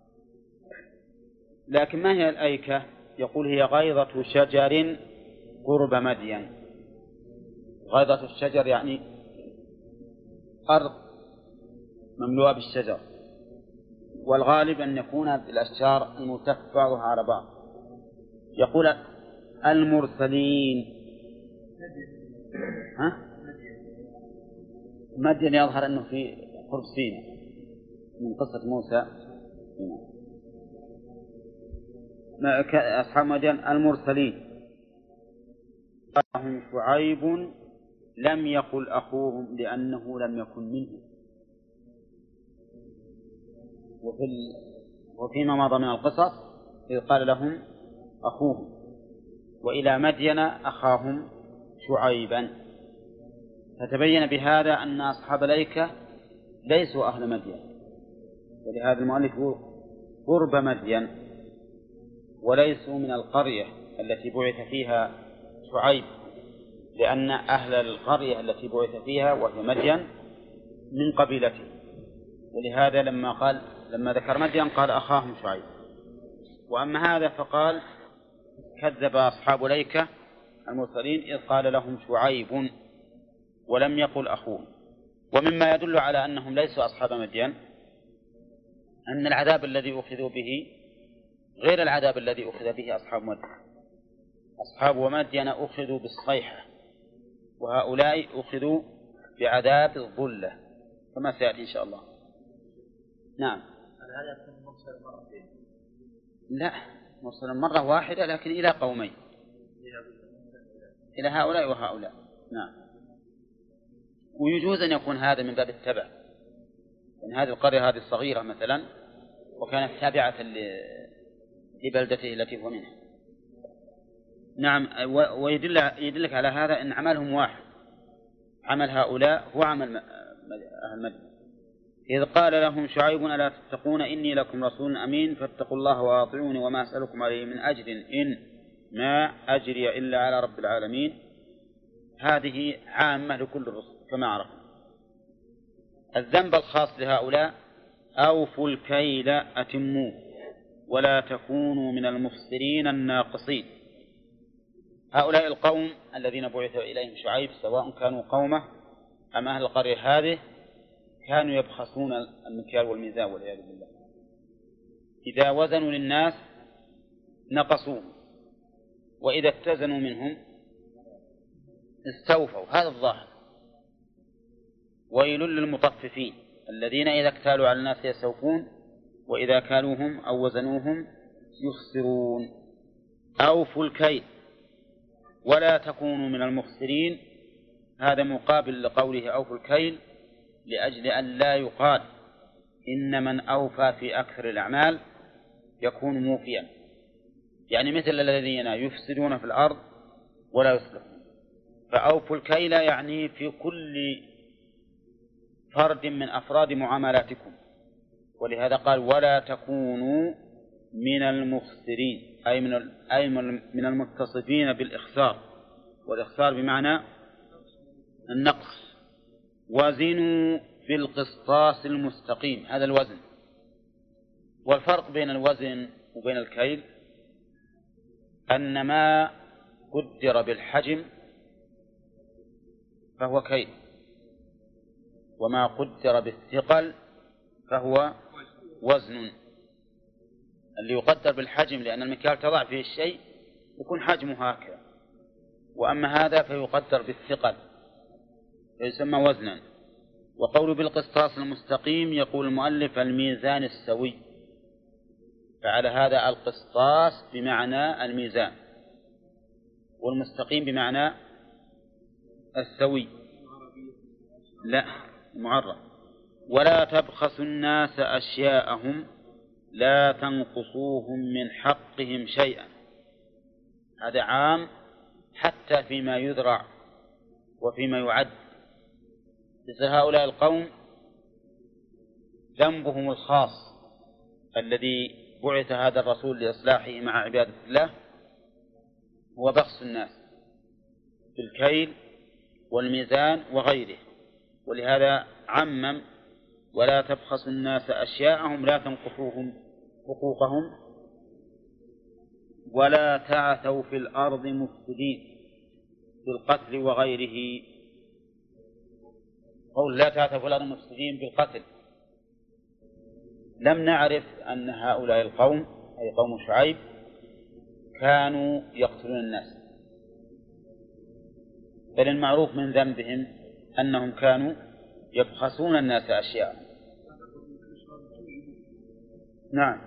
لكن ما هي الأيكة؟ يقول هي غيضة شجر قرب مدين. غيضة الشجر يعني أرض مملوءة بالشجر، والغالب أن يكون بالأشجار الملتف بعضها على بعض. يقول المرسلين. مدين يظهر أنه في قرب سيناء من قصة موسى. أصحاب مدين المرسلين هم شعيب لم يقل أخوهم لأنه لم يكن منهم. وفيما مضى من القصص إذ قال لهم أخوهم، وإلى مدين أخاهم شعيبا. فتبين بهذا أن أصحاب الأيكة ليسوا أهل مدين، ولهذا المؤلف قرب مدين، وليسوا من القرية التي بعث فيها شعيب، لأن أهل القرية التي بعث فيها وهي مدين من قبيلته. ولهذا لما ذكر مدين قال أخاهم شعيب. وأما هذا فقال كذب أصحاب ليكة المرسلين إذ قال لهم شعيب ولم يقل أخوهم. ومما يدل على أنهم ليسوا أصحاب مدين أن العذاب الذي أخذوا به غير العذاب الذي أخذ به أصحاب مدين. أصحاب مدين أخذوا بالصيحة، وهؤلاء أخذوا بعذاب الظلة كما سيأتي إن شاء الله. نعم. هذا يكون مرسل مرتين؟ لا، مرسل مرة واحدة لكن إلى قومين، إلى هؤلاء وهؤلاء. نعم. ويجوز أن يكون هذا من باب التبع، يعني هذه القرية هذه الصغيرة مثلا وكانت تابعة لبلدته التي هو منها. نعم. ويدلك على هذا أن عملهم واحد، عمل هؤلاء هو عمل أهل مدين. إذ قال لهم شعيب ألا تتقون إني لكم رسول أمين فاتقوا الله وأطيعوني وما أسألكم عليه من أجر إن ما أجري إلا على رب العالمين. هذه عامة لكل الرسل كما عرفنا. الذنب الخاص لهؤلاء أوفوا الكيل أتموه ولا تكونوا من المفسرين الناقصين. هؤلاء القوم الذين بعث إليهم شعيب سواء كانوا قومه أم أهل القرية هذه كانوا يبخسون المكيال والميزان والعياذ بالله. إذا وزنوا للناس نقصوه، وإذا اتزنوا منهم استوفوا. هذا الظاهر. ويل للمطففين الذين إذا اكتالوا على الناس يستوفون وإذا كالوهم أو وزنوهم يخسرون. أوفوا الكيل ولا تكونوا من المخسرين. هذا مقابل لقوله أوفوا الكيل، لأجل أن لا يقال إن من أوفى في أكثر الأعمال يكون موفيا، يعني مثل الذين يفسدون في الأرض ولا يصلحون. فأوفوا الكيل يعني في كل فرد من أفراد معاملاتكم. ولهذا قال ولا تكونوا من المخسرين، أي من المتصفين بالإخسار، والإخسار بمعنى النقص. وزنوا بالقسطاس المستقيم، هذا الوزن. والفرق بين الوزن وبين الكيل أن ما قدر بالحجم فهو كيل، وما قدر بالثقل فهو وزن. اللي يقدر بالحجم لأن المكيال تضع فيه الشيء يكون حجمه هكذا، وأما هذا فيقدر بالثقل فيسمى وزنا. وقول بالقسطاس المستقيم يقول المؤلف الميزان السوي، فعلى هذا القسطاس بمعنى الميزان، والمستقيم بمعنى السوي، لا معرف. ولا تبخسوا الناس أشياءهم لا تنقصوهم من حقهم شيئا. هذا عام حتى فيما يذرع وفيما يعد. مثل هؤلاء القوم ذنبهم الخاص الذي بعث هذا الرسول لإصلاحه مع عبادة الله هو بخس الناس بالكيل والميزان وغيره، ولهذا عمم ولا تبخسوا الناس أشياءهم لا تنقصوهم حقوقهم ولا تعثوا في الأرض مفسدين بالقتل وغيره. قول لا تعثوا في الأرض مفسدين بالقتل، لم نعرف أن هؤلاء القوم أي قوم شعيب كانوا يقتلون الناس، بل المعروف من ذنبهم أنهم كانوا يبخسون الناس أشياء. نعم،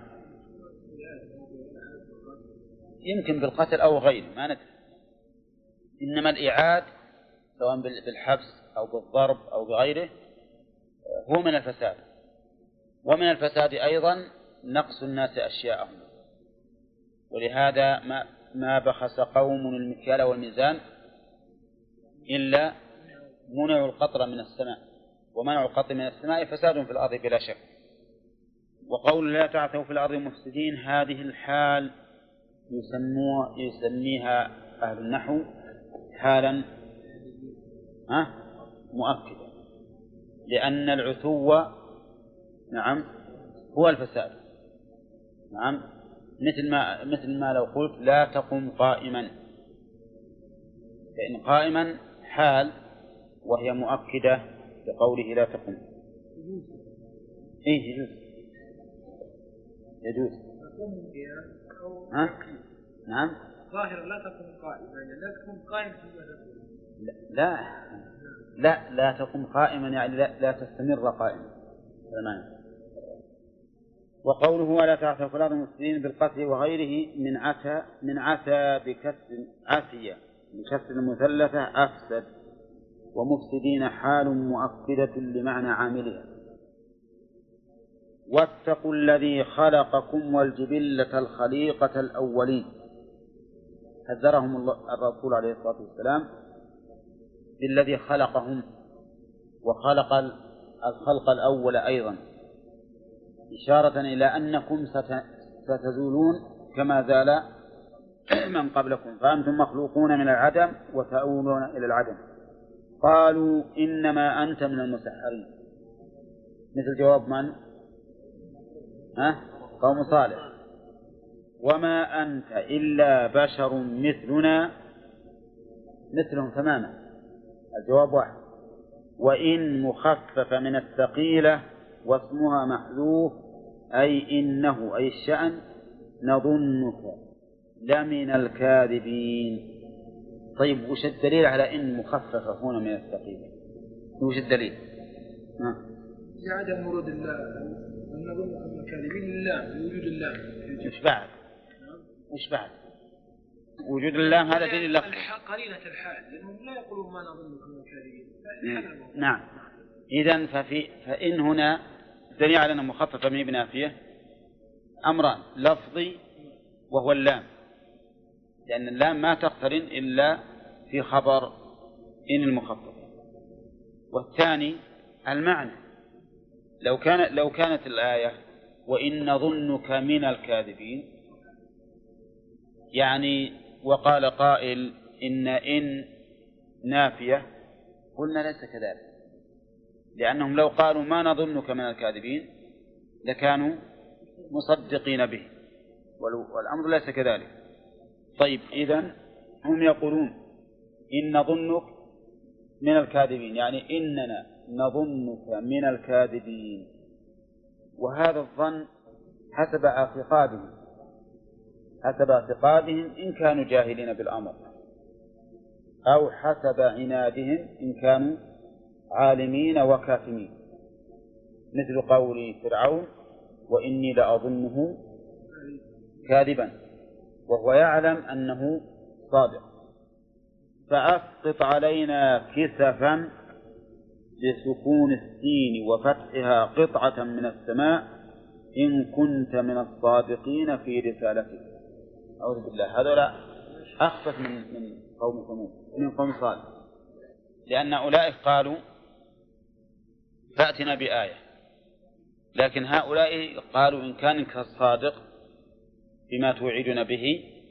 يمكن بالقتل أو غيره ما ندري، إنما الإعاد سواء بالحبس أو بالضرب أو بغيره هو من الفساد. ومن الفساد أيضا نقص الناس أشياءهم، ولهذا ما بخس قوم المكيال والميزان إلا منعوا القطر من السماء، ومنعوا القطر من السماء فساد في الأرض بلا شك. وقول لا تعثوا في الأرض مفسدين هذه الحال يسميها أهل النحو حالا مؤكدة، لأن العتو نعم هو الفساد. نعم، مثل ما لو قلت لا تقم قائما، فإن قائما حال وهي مؤكدة لقوله لا تقم. إيه يجوز. نعم، ظاهرا لا تقم قائما، يعني لا تقم قائما لا تقم قائما يعني لا تستمر قائما. وقوله ولا تعثوا في الأرض مفسدين بالقتل وغيره من عتى بكسر عافية بكسر المثلثة أفسد، ومفسدين حال مؤكدة لمعنى عاملها. واتقوا الذي خلقكم والجبلة الخليقة الأولين، حذرهم الرسول عليه الصلاة والسلام بالذي خلقهم وخلق الخلق الأول أيضا، إشارة إلى أنكم ستزولون كما زال من قبلكم، فأنتم مخلوقون من العدم وتؤولون إلى العدم. قالوا إنما أنت من المسحرين، مثل جواب من؟ قوم صالح. وما أنت إلا بشر مثلنا، مثلهم تماما، الجواب واحد. وإن مخفف من الثقيلة واسمها محذوف أي إنه أي الشأن نظنك لمن الكاذبين. طيب وش الدليل على إن مخففة هنا من الثقيلة؟ وش الدليل؟ عدم ورود الله نظنك من الكاذبين لله وجود الله. وش بعد وجود الله؟ هذا دليل لفظي قرينة الحال، لأنهم لا يقولون ما نظنك من الكاذبين. نعم، إذن فإن هنا دليل على أنه مخففة من بنافية أمران، لفظي وهو اللام، لأن اللام ما تقترن إلا في خبر إن المخفف. والثاني المعنى، لو كانت الآية وإن نظنك من الكاذبين، يعني وقال قائل إن نافية، قلنا ليس كذلك، لأنهم لو قالوا ما نظنك من الكاذبين لكانوا مصدقين به، والأمر ليس كذلك. طيب إذن هم يقولون إن نظنك من الكاذبين، يعني إننا نظنك من الكاذبين، وهذا الظن حسب اعتقادهم إن كانوا جاهلين بالأمر، أو حسب عنادهم إن كانوا عالمين وكاتمين، مثل قول فرعون وإني لأظنه كاذبا وهو يعلم أنه صادق. فأسقط علينا كسفا بسكون السين وفتحها قطعة من السماء إن كنت من الصادقين في رسالتك. أعوذ بالله، هذولا أخفت من قوم ثمود، من قوم صالح، لأن أولئك قالوا فأتنا بآية، لكن هؤلاء قالوا إن كان الصادق بما توعدنا به